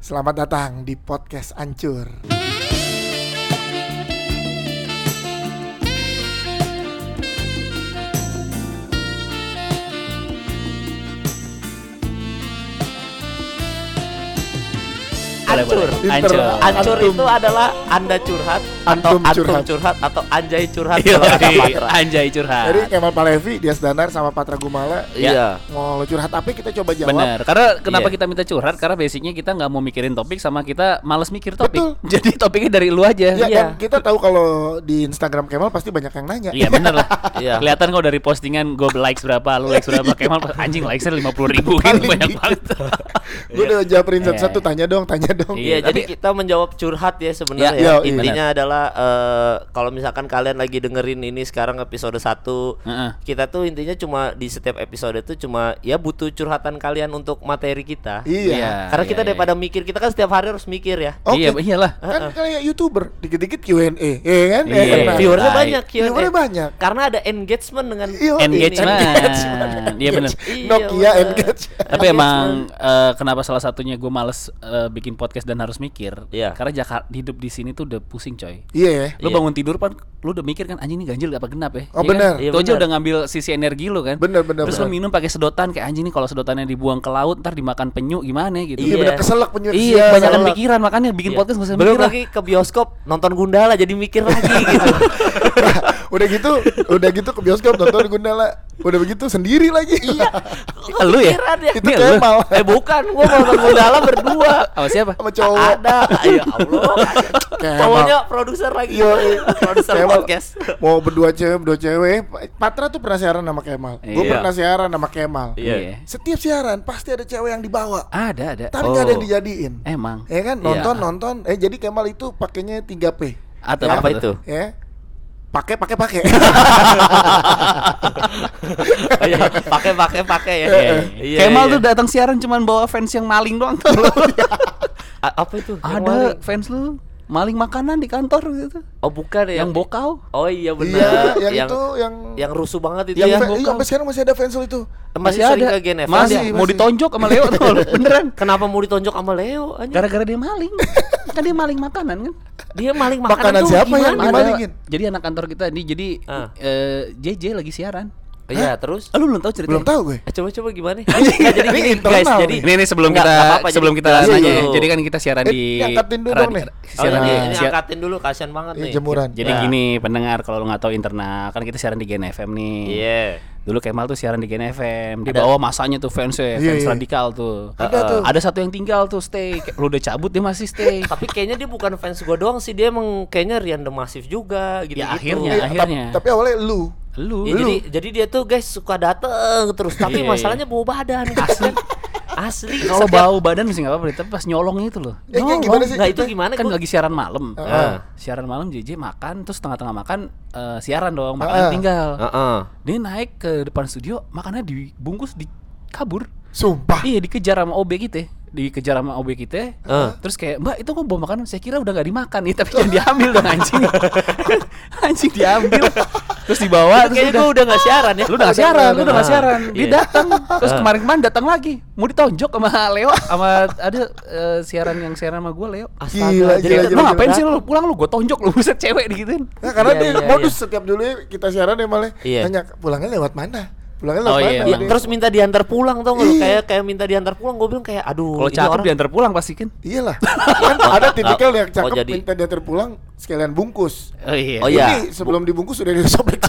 Selamat datang di podcast Ancur. Ancur itu adalah Anda curhat atau antum curhat atau anjay curhat. Anjay curhat. Jadi Kemal Palevi, Dias Danar sama Patra Gumala. Iya. Mau curhat apa kita coba jawab. Benar. Karena kenapa kita minta curhat? Karena basicnya kita nggak mau mikirin topik sama kita malas mikir topik. Betul. Jadi topiknya dari lu aja. Ya, dan kita tahu kalau di Instagram Kemal pasti banyak yang nanya. Iya benar lah. Iya. Kelihatan kok dari postingan gue likes berapa, lu likes berapa. Kemal anjing likesnya 50.000 ini banyak banget. Gue udah jawabin satu-satu, tanya dong. Iya, jadi kita menjawab curhat ya sebenarnya. Ya, intinya adalah kalau misalkan kalian lagi dengerin ini sekarang episode 1, kita tuh intinya cuma di setiap episode tuh cuma ya butuh curhatan kalian untuk materi kita. Iya. Karena kita daripada mikir, kita kan setiap hari harus mikir ya. Iya, iyalah. Kan kayak YouTuber, dikit-dikit Q&A, ya kan? Iya. Viewernya banyak, Viewernya banyak. Karena ada engagement dengan Engagement. Iya benar. Nokia engage. Tapi emang kenapa salah satunya gue males bikin podcast dan harus mikir? Iya. Karena hidup di sini tuh udah pusing coy. Iya ya. Lu bangun tidur pan, lu udah mikir kan anjing ini ganjil apa genap ya? Oh, Iya benar. kan? Iya, Itu aja benar. udah ngambil sisi energi lu kan. Benar. Terus lu minum pakai sedotan kayak anjing nih, kalau sedotannya dibuang ke laut ntar dimakan penyu gimana gitu. Iya benar, keselak penyu. Iya, banyakan pikiran makanya bikin podcast gak usah Belum mikir lah. lagi ke bioskop nonton Gundala jadi mikir lagi gitu. Udah gitu ke bioskop nonton Gundala. Udah begitu sendiri lagi. Iya. Lu ya? Itu Nih, lu. Kemal. Bukan, gua nonton Gundala berdua. Sama siapa? Sama cowok. Ada. Ya Allah. Kemal. Cowoknya produser lagi. Produser Kemal podcast. mau berdua cewek. Patra tuh pernah siaran sama Kemal. Gue Iya. pernah siaran sama Kemal. Iya. Setiap siaran pasti ada cewek yang dibawa. Ada. Tapi nggak ada yang dijadiin. Emang. Ya kan nonton. Jadi Kemal itu pakainya 3P. Atau Apa itu? Ya. Pakai. Pakai ya. Iya, Kemal iya. tuh datang siaran cuman bawa fans yang maling doang tuh. Apa itu? Ada fans lu maling makanan di kantor gitu. Oh, bukan ya. Yang bokau. Oh iya Iya, benar. yang rusuh banget itu yang ya. iya, sampai sekarang masih ada fans lu itu. Masih sering ke Gen F. Masih mau ditonjok sama Leo tuh. Beneran. Kenapa mau ditonjok sama Leo anjing? Gara-gara dia maling. Kan dia maling makanan kan. Dia maling Makanan tuh siapa yang gimana? dimalingin? Jadi anak kantor kita nih JJ lagi siaran. Iya, terus Lu belum tahu ceritanya? Belum tahu gue. coba gimana? Nggak, jadi Ini gini internal guys, nih. jadi Ini sebelum Nggak, kita nggak apa-apa, sebelum jadi kita jelasin nanya. dulu. Jadi kan kita siaran di angkatin dulu dong nih. siaran di ini angkatin dulu, kasihan banget nih. Jemuran. Jadi gini pendengar, kalau lu nggak tahu internal, kan kita siaran di Gen FM nih. Iya. Dulu Kemal tuh siaran di Gen FM. Di bawah masanya tuh fans Iya. radikal tuh. Ada tuh. Ada satu yang tinggal tuh stay. Lu udah cabut dia masih stay. Tapi kayaknya dia bukan fans gua doang sih, dia emang kayaknya Rian The Massive juga gitu. Ya, akhirnya. Tapi awalnya lu. Lu. Jadi dia tuh guys suka dateng terus, tapi Iya. masalahnya bau badan. Asli. Kalau bau badan masih nggak apa-apa, tapi pas nyolong itu loh. Yang gimana sih? Nggak, itu gimana? Kan Gua- lagi siaran malam. Ah. Siaran malam JJ makan, terus tengah-tengah makan siaran dong, makanan tinggal. Dia naik ke depan studio, makannya dibungkus kabur. Sumpah. Iya, dikejar sama OB kita. Terus kayak, "Mbak, itu kok bawa makanan?" Saya kira udah nggak dimakan nih, tapi jangan diambil dong anjing. Anjing diambil. Terus dibawa, terus Kayaknya gua udah nggak siaran ya. lu udah nggak siaran, Dia Iya. datang. Terus kemarin datang lagi, mau ditonjok sama Leo, sama ada siaran sama gue Leo. Gila, Jadi Lu ngapain sih lu? Pulang lu, gue tonjok lu, buset cewek digituin. Nah, karena Iya, dia iya, modus setiap dulu kita siaran ya malah Iya. tanya pulangnya lewat mana? Pulangnya Oh, lewat iya. mana? Iya, Dia- terus minta diantar pulang tau nggak lu? Iya. Kayak minta diantar pulang, gue bilang kayak aduh. Kalau ini cakep orang- diantar pulang pasti kan. Iyalah. Kan ada tipikal yang cakep jadi- minta diantar pulang sekalian bungkus. Oh iya. Oh, iya. Ini sebelum dibungkus sudah disobek.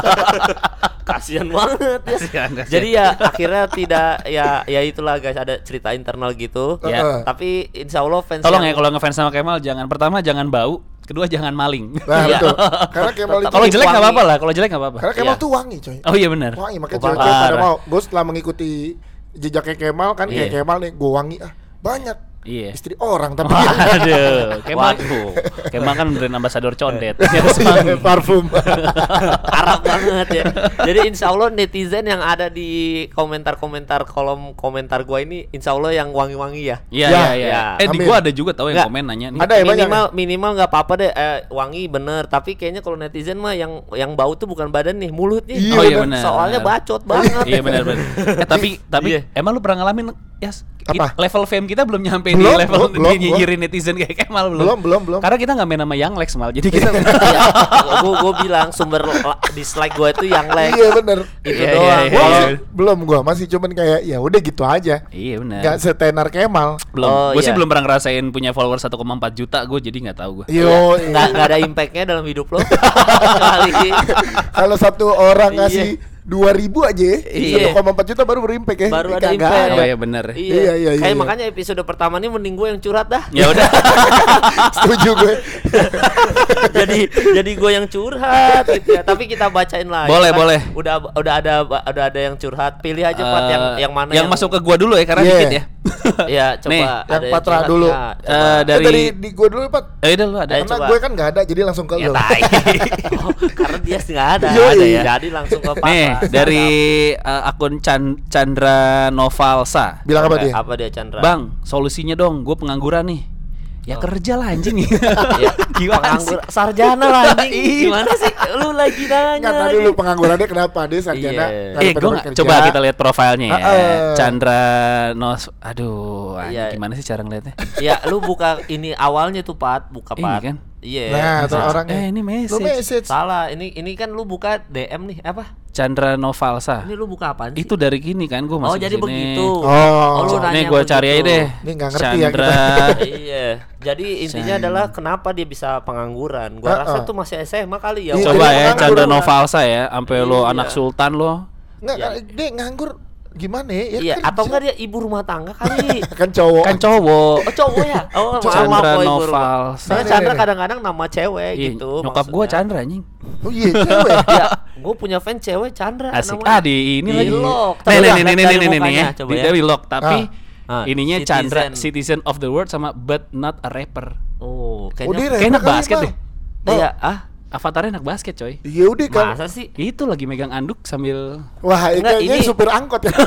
Kasian banget ya. Kasihan. Jadi ya akhirnya tidak ya itulah guys, ada cerita internal gitu. Ya. Tapi insya Allah fans Tolong yang- ya kalau ngefans sama Kemal, pertama jangan bau, kedua jangan maling. Nah, Iya. betul. Karena Kemal itu Kalau jelek nggak wangi. apa-apa lah, kalau jelek nggak apa-apa. karena Kemal Iya. tuh wangi, coy. Oh iya benar. Wangi, makanya Oh, cewek-cewek pada parah. mau. Gue setelah mengikuti jejaknya Kemal kan kayak Iya. Kemal nih, gue wangi banyak. Iya. Istri orang tapi Waduh, Kemal Waduh. Kemal kan brand ambasador condet. parfum. parah banget ya. Jadi insya Allah netizen yang ada di komentar-komentar kolom komentar gua ini insya Allah yang wangi-wangi ya. Iya Ya, iya iya. ya. Di Amin. gua ada juga tahu Nggak. yang komen nanya nih. Ada ya, banyak minimal nggak apa-apa deh, wangi bener. Tapi kayaknya kalau netizen mah yang bau tuh bukan badan nih, mulutnya. Iya, Oh iya benar. Soalnya bacot banget. Iya benar. Tapi Iya. emang lu pernah ngalamin ya Apa? level fame kita belum nyampe Belum, di level belum, nyinyirin netizen kayak Kemal belum. Belum. Karena kita nggak main nama Young Lex mal. Jadi kita Gue bilang sumber dislike gue itu yang Lex. Iya bener. Itu Iya, doang. iya, Gua iya. belum masih cuman kayak ya udah gitu aja. Iya benar. Gak setenar Kemal. Belum. Oh, Gue sih iya. belum pernah ngerasain punya follower 1,4 juta. Gue jadi nggak tahu gue. Yo, Nggak ada impactnya dalam hidup lo. Kali. kalau satu orang Iya. ngasih 2.000 aja ya, Iya. 1,4 juta baru berimpact ya. Baru ada Kagak impact. Oh iya benar. Iya. Kayak makanya episode pertama ini mending gue yang curhat dah. Ya udah. Setuju gue. jadi gue yang curhat gitu ya. Tapi kita bacain lah. Boleh, Itu kan boleh. Udah ada yang curhat. Pilih aja Pat yang mana yang masuk ke gua dulu ya karena Iya. dikit ya. Ya coba Nih, ada yang Patra curhat dulu. ya, coba. Dari Di gue dulu Pat. udah lu ada. Eh, Karena coba. gue kan gak ada jadi langsung ke Ya lo. tai. Oh, karena dia sih nggak ada. Yoi. Ada ya. Jadi langsung ke Patra. Nih, dari akun Chandra Novalsa. Bilang apa dia? Apa dia Chandra? Bang, solusinya dong, gue pengangguran nih. Ya kerja lah anjing. Ya, Gimana sih? penganggur sarjana lah anjing. Gimana sih? Lu lagi nanya. Nggak tadi lagi. lu penganggurannya kenapa dia Iya. sarjana? nggak dapat Gue kerja. coba kita lihat profilnya ya. Heeh. Chandra Aduh, Iya. gimana sih cara ngeliatnya? Ya lu buka ini awalnya tuh Pat, buka Ini Pat. kan? Iya. Nah, tuh Nah, orangnya. ini Lu message. message. Salah, ini kan lu buka DM nih, apa? Chandra Novalsa. Ini lu buka apaan sih? Itu dari gini kan gue Oh, masuk jadi sini. begitu. Oh. lu nanya Nih gue cari aja begitu. deh. Ini nggak ngerti ya Chandra. Iya. Jadi intinya adalah kenapa dia bisa pengangguran. Gua rasa tuh masih SMA kali ya. Iya, Coba jadi ya pengangguran. Chandra Novalsa ya, sampai lo Iya. anak sultan lo. Nggak, Iya. dia nganggur gimana ya? Iya, kerja. atau enggak dia ibu rumah tangga kali. Kan cowok. Kan cowok. Oh cowok ya? Oh maaf Chandra oh, ibu rumah. Novalsa. Soalnya Nih, Chandra nih. kadang-kadang nama cewek Iya, gitu. nyokap gue maksudnya. Chandra anjing. Oh iya, cewek. Ya, gue punya fans cewek Chandra Asik. namanya. Di ini Di lagi. lock. Nih Tapi nih lihat nih dari nih mukanya, ya. coba Di ya. dari lock tapi Ah, ininya citizen. Chandra Citizen of the World sama but not a rapper. Oh, dia kayaknya Kayak anak rapper kali, basket Bang. deh. iya, Avatarnya anak basket coy. Iya udah kan. masa sih? Itu lagi megang anduk sambil Wah, Enggak, kayaknya ini- supir angkot ya.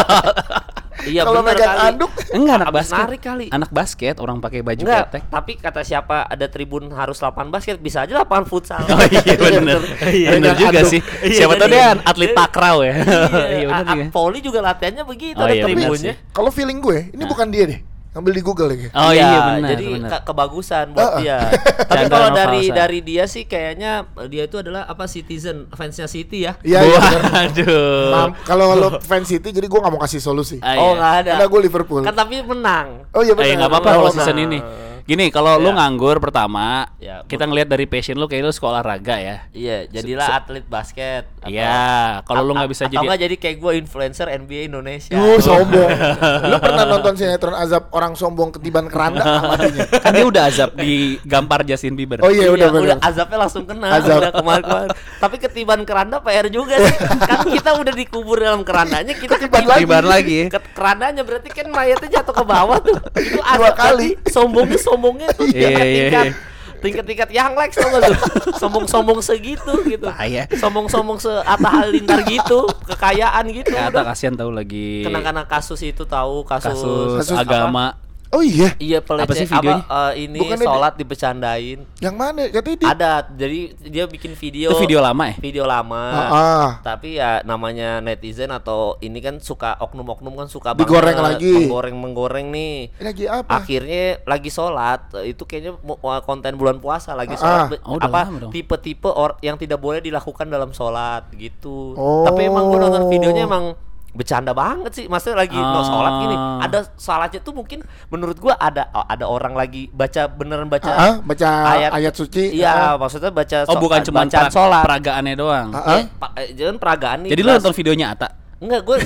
Iya Kalau bener megang kali. anduk enggak anak Abis basket. narik kali. Anak basket orang pakai baju Enggak, ketek. tapi kata siapa ada tribun harus lapangan basket, bisa aja lapangan futsal. Oh iya bener. Iya, Bener megang juga anduk. sih. Iya, Siapa tahu jadi- dia atlet takraw ya. Iya, bener juga. Poli juga latihannya begitu Oh, ada iya, bener tribunnya. sih. Kalau feeling gue, ini bukan dia deh. Ambil di Google lagi. Oh iya benar. jadi benar. kebagusan buat dia. Tapi Chandra kalau Novalsa. dari dia sih kayaknya dia itu adalah apa Citizen, fansnya City ya. Iya, iya. bener. Waduh. Kalau lo fan City, jadi gue nggak mau kasih solusi. Ah, Oh iya. nggak ada. Karena gue Liverpool. Kan tapi menang. Oh iya Eh benar. nggak apa-apa Oh, kalau nah. season ini. Gini, kalau lu Ya. nganggur pertama, Ya, kita ngelihat dari passion lu kayak lu sekolah olahraga ya. Iya, jadilah atlet basket. Atau- Iya, kalau lu nggak bisa atau jadi nggak jadi kayak gue influencer NBA Indonesia. Sombong. Lu pernah nonton sinetron Azab orang sombong ketiban keranda matinya? kan dia udah azab di gampar Justin Bieber. Oh iya, udah benar. azabnya langsung kena Azab. udah kemarin-kemarin. Tapi ketiban keranda PR juga sih. Kan kita udah dikubur dalam kerandanya, kita Ketiban lagi. Kerandanya berarti kan mayatnya jatuh ke bawah tuh. Itu Dua azab kali. berarti sombongnya tuh Iya, iya, tingkat yang Lex tau gak tuh. Sombong-sombong segitu gitu. Bahaya. Sombong-sombong Atta Halilintar gitu, kekayaan gitu. Kata Udah. kasihan tahu lagi Kena kasus itu tahu kasus Kasus agama. Oh iya. Iya Apa sih pelecehan videonya? ini Bukannya sholat dibecandain. Yang mana? Katanya dia. Ada, jadi dia bikin video. Itu video lama ya? Video lama. Tapi ya namanya netizen atau ini kan suka oknum-oknum kan suka Digoreng banget lagi. menggoreng nih. Lagi apa? Akhirnya lagi sholat, itu kayaknya konten bulan puasa lagi sholat. Oh, udah apa lama dong. tipe-tipe yang tidak boleh dilakukan dalam sholat gitu. Oh. Tapi emang gue nonton videonya emang bercanda banget sih, maksudnya lagi no sholat gini, Ah. ada salahnya tuh mungkin menurut gua ada orang lagi beneran baca Baca ayat suci. iya maksudnya baca Oh bukan cuma bacaan sholat. peragaannya doang. Jangan peragaan nih Jadi lu nonton videonya Ata? enggak gua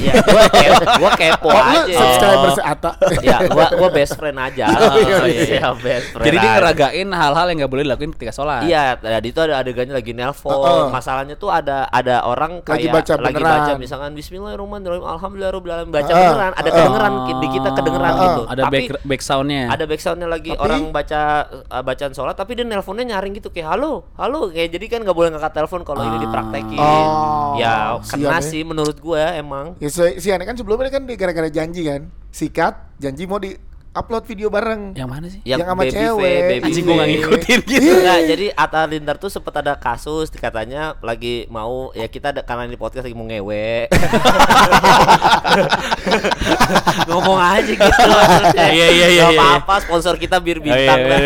gua kepo Oh, lu aja subscriber seata. ya gua best friend aja iya best friend Jadi dia aja. ngeragain hal-hal yang nggak boleh dilakuin ketika sholat. Iya, tadi itu ada adegannya lagi nelpon. Masalahnya tuh ada orang Lagi kayak baca lagi beneran. baca misalkan Bismillahirrahmanirrahim, Alhamdulillahirobbilalamin, baca beneran, ada kedengeran di kita kedengeran gitu. Ada Tapi back soundnya. ada backsoundnya lagi Tapi- orang baca bacaan sholat, tapi dia nelponnya nyaring gitu kayak halo, kayak jadi kan nggak boleh ngangkat telepon kalau ini dipraktekin. Oh, Ya kena sian ya. sih menurut gue emang. Ya si Ane kan sebelumnya kan dia gara-gara janji kan. Sikat, janji mau upload video bareng. Yang mana sih? Yang sama Baby cewek. Faye, Baby Anjing gua nggak Faye. ngikutin gitu. Enggak, jadi Atta Halilintar tuh sempat ada kasus katanya lagi mau ya kita karena ini podcast lagi mau ngewe. Ngomong aja gitu maksudnya. Iya. Gak apa-apa, sponsor kita bir bintang lah.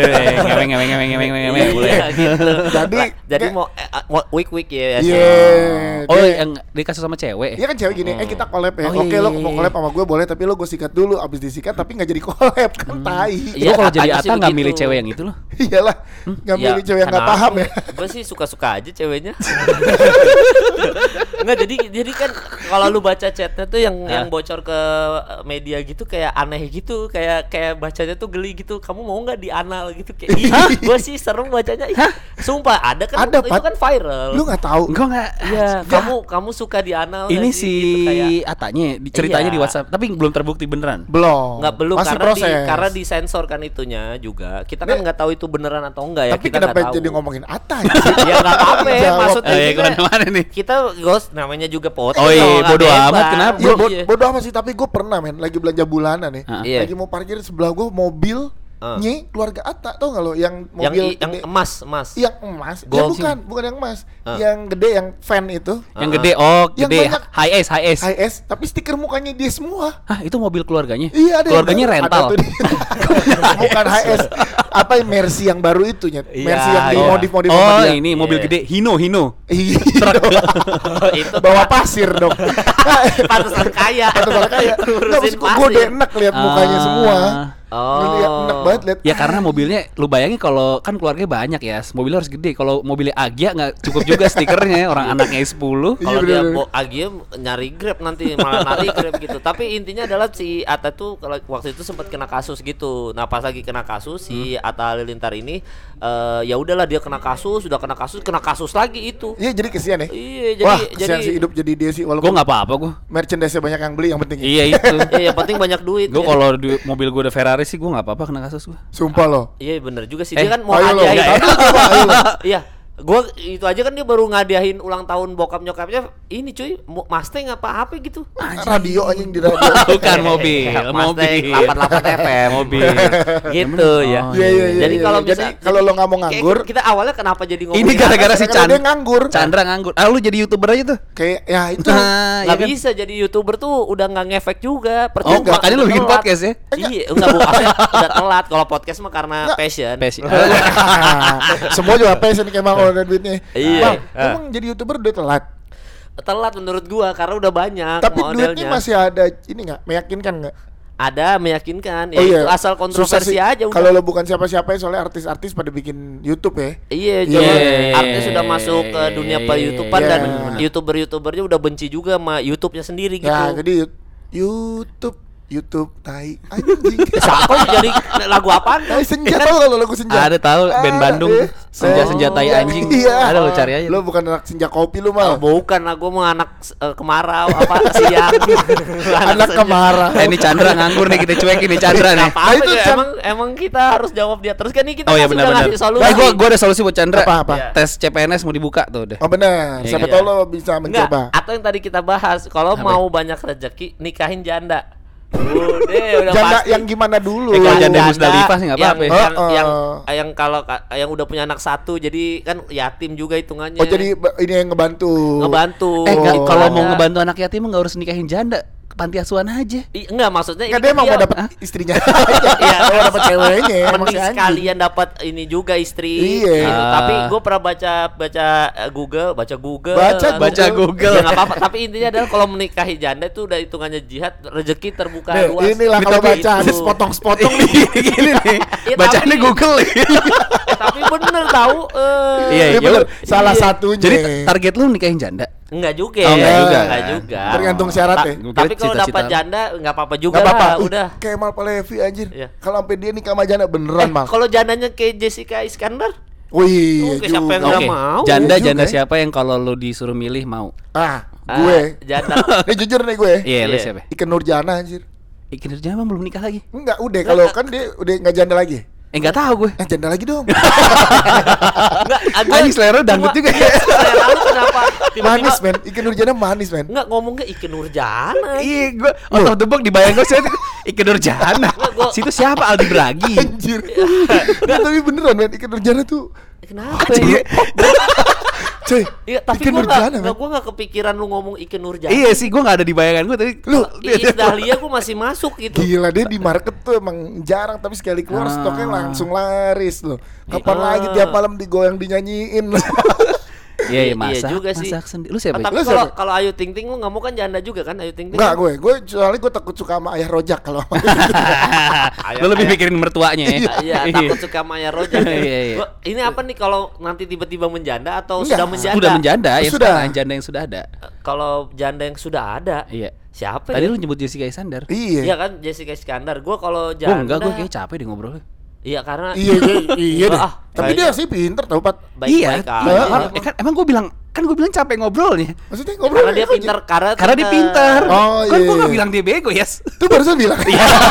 Ngewe boleh. Iya, gitu. Jadi kayak- mau week ya. Iya. Oh, dia- yang dikasus sama cewek. Iya kan cewek gini, kita collab ya. Oh, Oke, iya, lo iya, mau iya. collab sama gue boleh, tapi lo gue sikat dulu. Abis disikat tapi nggak jadi collab kan tai. Iya, Gua kalau jadi katanya sih Atta nggak begitu. milih cewek yang itu loh. Iyalah, nggak milih cewek yang nggak paham ya. Gue sih suka-suka aja ceweknya. Enggak, jadi kan kalau lu baca chatnya tuh yang bocor ke media gitu kayak aneh gitu, kayak bacanya tuh geli gitu. Kamu mau nggak dianal gitu kayak? Gue sih serem bacanya. Ih, sumpah ada kan Ada, itu Pat. kan viral. Lu nggak tahu. Gua nggak. Iya, kamu suka dianal Ini nggak si sih? Gitu, kayak Atanya ceritanya Iya. di WhatsApp, tapi belum terbukti beneran. Belum. belum Masih karena proses. karena disensor kan itunya juga. Kita kan nggak tahu itu beneran atau enggak ya. Tapi Kita nggak kenapa tahu. jadi ngomongin Atta? Ya nggak apa-apa ya, Jawab. maksudnya Eh, kita, kemana-mana nih. kita ghost namanya juga podcast. Oh iya, kalau nggak bodo bebas. amat, kenapa? Iya, Iya. bodo amat sih, tapi gue pernah men lagi belanja bulanan nih. Iya. Lagi mau parkir sebelah gue mobil nye keluarga Atta, tau gak lo yang mobil yang gede. emas. Yang emas. Ya Gold. bukan yang emas. Yang gede yang fan itu. Yang gede, oh Yang gede, banyak- high S. HS, tapi stiker mukanya dia semua. Hah, itu mobil keluarganya? Iya, ada. Keluarganya yang baru. rental. Ada tuh bukan HS. Apa Mercy yang baru itu nya? Iya, Mercy yang iya. dimodif-modif Oh, sama dia. ini mobil Iya. gede, Hino. Iya. Itu Bawa pasir dong. pantesan kaya. Atau malah kayak nggak, Ngurusin maksud gue pasir. udah enak lihat mukanya Ah. semua. Oh. Ngeliat enak banget lihat. Ya karena mobilnya, lu bayangin kalau kan keluarganya banyak ya, mobilnya harus gede. Kalau mobilnya Agya nggak cukup juga stikernya, orang anaknya 10. Kalau Iya, dia bener-bener. mau Agia nyari Grab nanti malah nyari Grab gitu. Tapi intinya adalah si Atta tuh kalau waktu itu sempat kena kasus gitu. Nah, pas lagi kena kasus si Atta Halilintar ini ya udahlah dia kena kasus lagi itu. Iya jadi kesian ya. Iya, Wah, jadi kesian sih hidup jadi dia sih Gue walaupun nggak apa-apa gue. merchandise-nya banyak yang beli yang penting. Iya itu. yang penting banyak duit. Gue kalau di mobil gue udah Ferrari sih gue nggak apa-apa kena kasus gue. Sumpah loh. Iya bener juga sih, dia kan mau ayo lo, hadiahin. ayo coba, ayo lo. Iya, gua itu aja kan dia baru ngadiahin ulang tahun bokap nyokapnya. Ini cuy, Mustang apa gitu. Radio anjing di radio. Bukan mobil, Mustang mobil. 88 FM Mobil. gitu ya. Oh, Iya iya iya. Jadi iya. kalau Jadi misal- kalau lo nggak mau Kayak nganggur, kita awalnya kenapa jadi ngomongin Ini gara-gara si karena dia nganggur. Chandra nganggur. Ah, lu jadi YouTuber aja tuh. Kayak ya itu. Nah, nggak ya kan? bisa jadi YouTuber tuh udah nggak ngefek juga. Oh, Percuma, makanya lu udah bikin telat. podcast ya? Iya, enggak bu, udah telat. Kalau podcast mah karena passion. Passion. Semua juga passion kayak emang kalau ada duitnya. Iya. Bang, emang jadi YouTuber udah telat. Telat menurut gua karena udah banyak Tapi modelnya. duitnya masih ada ini nggak? Meyakinkan nggak? Ada meyakinkan ya itu asal Susah kontroversi sih. aja udah. Kalau lo bukan siapa-siapa ya, soalnya artis-artis pada bikin YouTube ya. Iya, Iya. jadi artis sudah masuk ke dunia per-YouTubean Iya. dan YouTuber-YouTubernya udah benci juga sama YouTube-nya sendiri gitu. Ya, jadi YouTube tai anjing. Siapa sih jadi lagu apaan tuh? Tai senja tau kalau lagu senja. Ada tahu band Bandung iya. senja-senja tai anjing. Iya. Ada lu cari aja. Lo bukan anak senja kopi lu Oh, mah. bukan lah, gue mau anak kemarau apa siang. Anak kemarau. Ini Chandra nganggur nih, kita cuekin nih Chandra nih. Apa Nah, itu itu Chan- emang kita harus jawab dia terus kan ini kita Oh iya kan sudah benar-benar. ngasih solusi. Nah, gua ada solusi buat Chandra. Apa-apa? Iya. Tes CPNS mau dibuka tuh udah. Oh benar. Siapa Iya. tahu lo bisa Enggak, mencoba. atau yang tadi kita bahas kalau mau banyak rezeki nikahin janda. Udah Janda pasti. yang gimana dulu? Kalau janda Janda Musdalifah sih nggak apa-apa ya. yang kalau yang udah punya anak satu jadi kan yatim juga hitungannya. Oh jadi ini yang ngebantu. ngebantu. Kalau mau Ada. ngebantu anak yatim nggak harus nikahin janda, ke panti asuhan aja. Enggak maksudnya Enggak, ini dia emang kan mau dapat istrinya. Iya, mau dapat ceweknya. emang mending si anjing. sekalian dapat ini juga istri Iya. gitu. Ah. Tapi gue pernah baca Google Baca Google. Ya, nggak apa-apa. Tapi intinya adalah kalau menikahi janda itu udah hitungannya jihad, rezeki terbuka Nih, luas. inilah kalau Tapi baca itu- hadis potong-potong nih. Gini nih. Ya, Bacaannya tapi- Google. tapi bener tahu. Iya, Iya bener. iya. Salah Iya. satunya. Jadi target lu nikahin janda. Enggak juga. Oh, enggak juga. Enggak juga. Tergantung syaratnya. Gua kira Tapi kalau cita-cita dapat lu. janda enggak apa-apa juga Gak apa-apa. lah, udah. Kayak Mal Palevi anjir. Iya. Kalau sampai dia nikah sama janda beneran Mal. Kalau jandanya kayak Jessica Iskandar? Wih, Oke, siapa yang juga. nggak mau? Janda Iya janda juga ya. siapa yang kalau lu disuruh milih mau? Gue. Janda. Ini jujur nih gue. Iya, lu Iya. siapa? Iken Nurjana anjir. Ikan Nurjana emang belum nikah lagi. Enggak, udah kalau kan dia udah enggak janda lagi. Enggak tahu gue. Janda lagi dong. Enggak, Anjing selera dangdut juga ya. Selera lu kenapa? Manis men, Ikke Nurjana manis men. Enggak ngomongnya Ikke Nurjana. Iya, gue out of the box dibayang gue sih Ikke Nurjana. Situ siapa Aldi Bragi? Anjir. Nggak, tapi beneran men, Ikke Nurjana tuh. Kenapa? Anjing. Cuy, Iya, tapi Ikke gua Nurjana men. enggak kepikiran lu ngomong Ikke Nurjana. Iya sih, gue nggak ada di bayangan gue tapi Lu Iis Dahlia gua masih masuk gitu. gila, dia di market tuh emang jarang, tapi sekali keluar stoknya langsung laris loh. Kapan lagi tiap malam digoyang dinyanyiin. Iya, Iya masak, juga sih. masak sendiri. Lu siapa? Tapi Lu kalau siapa? kalau Ayu Ting Ting lu nggak mau kan janda juga kan Ayu Ting Ting? Enggak, gue soalnya gue takut suka sama ayah rojak kalau sama Lu lebih mikirin mertuanya ya. Iya, takut suka Maya Rojak. Iya, iya. Ini apa nih kalau nanti tiba-tiba menjanda atau Enggak, sudah menjanda? Sudah menjanda ya, Sudah. sekarang janda yang sudah ada. Kalau janda yang sudah ada, Iya. siapa Tadi ya? lu nyebut Jessica Iskandar. Iya. Iya kan Jessica Iskandar. Gua kalau Gue janda enggak, gue kayak capek deh ngobrolnya. Iya karena Iya deh. Ah, Tapi dia sih pinter tau Pat. baik-baik Iya. aja. Kan emang gue bilang capek ngobrolnya. Maksudnya Karena dia apa pintar aja? Karena dia pintar. Oh, Kan iya, gue nggak iya. bilang dia bego ya. Yes. Tuh barusan bilang.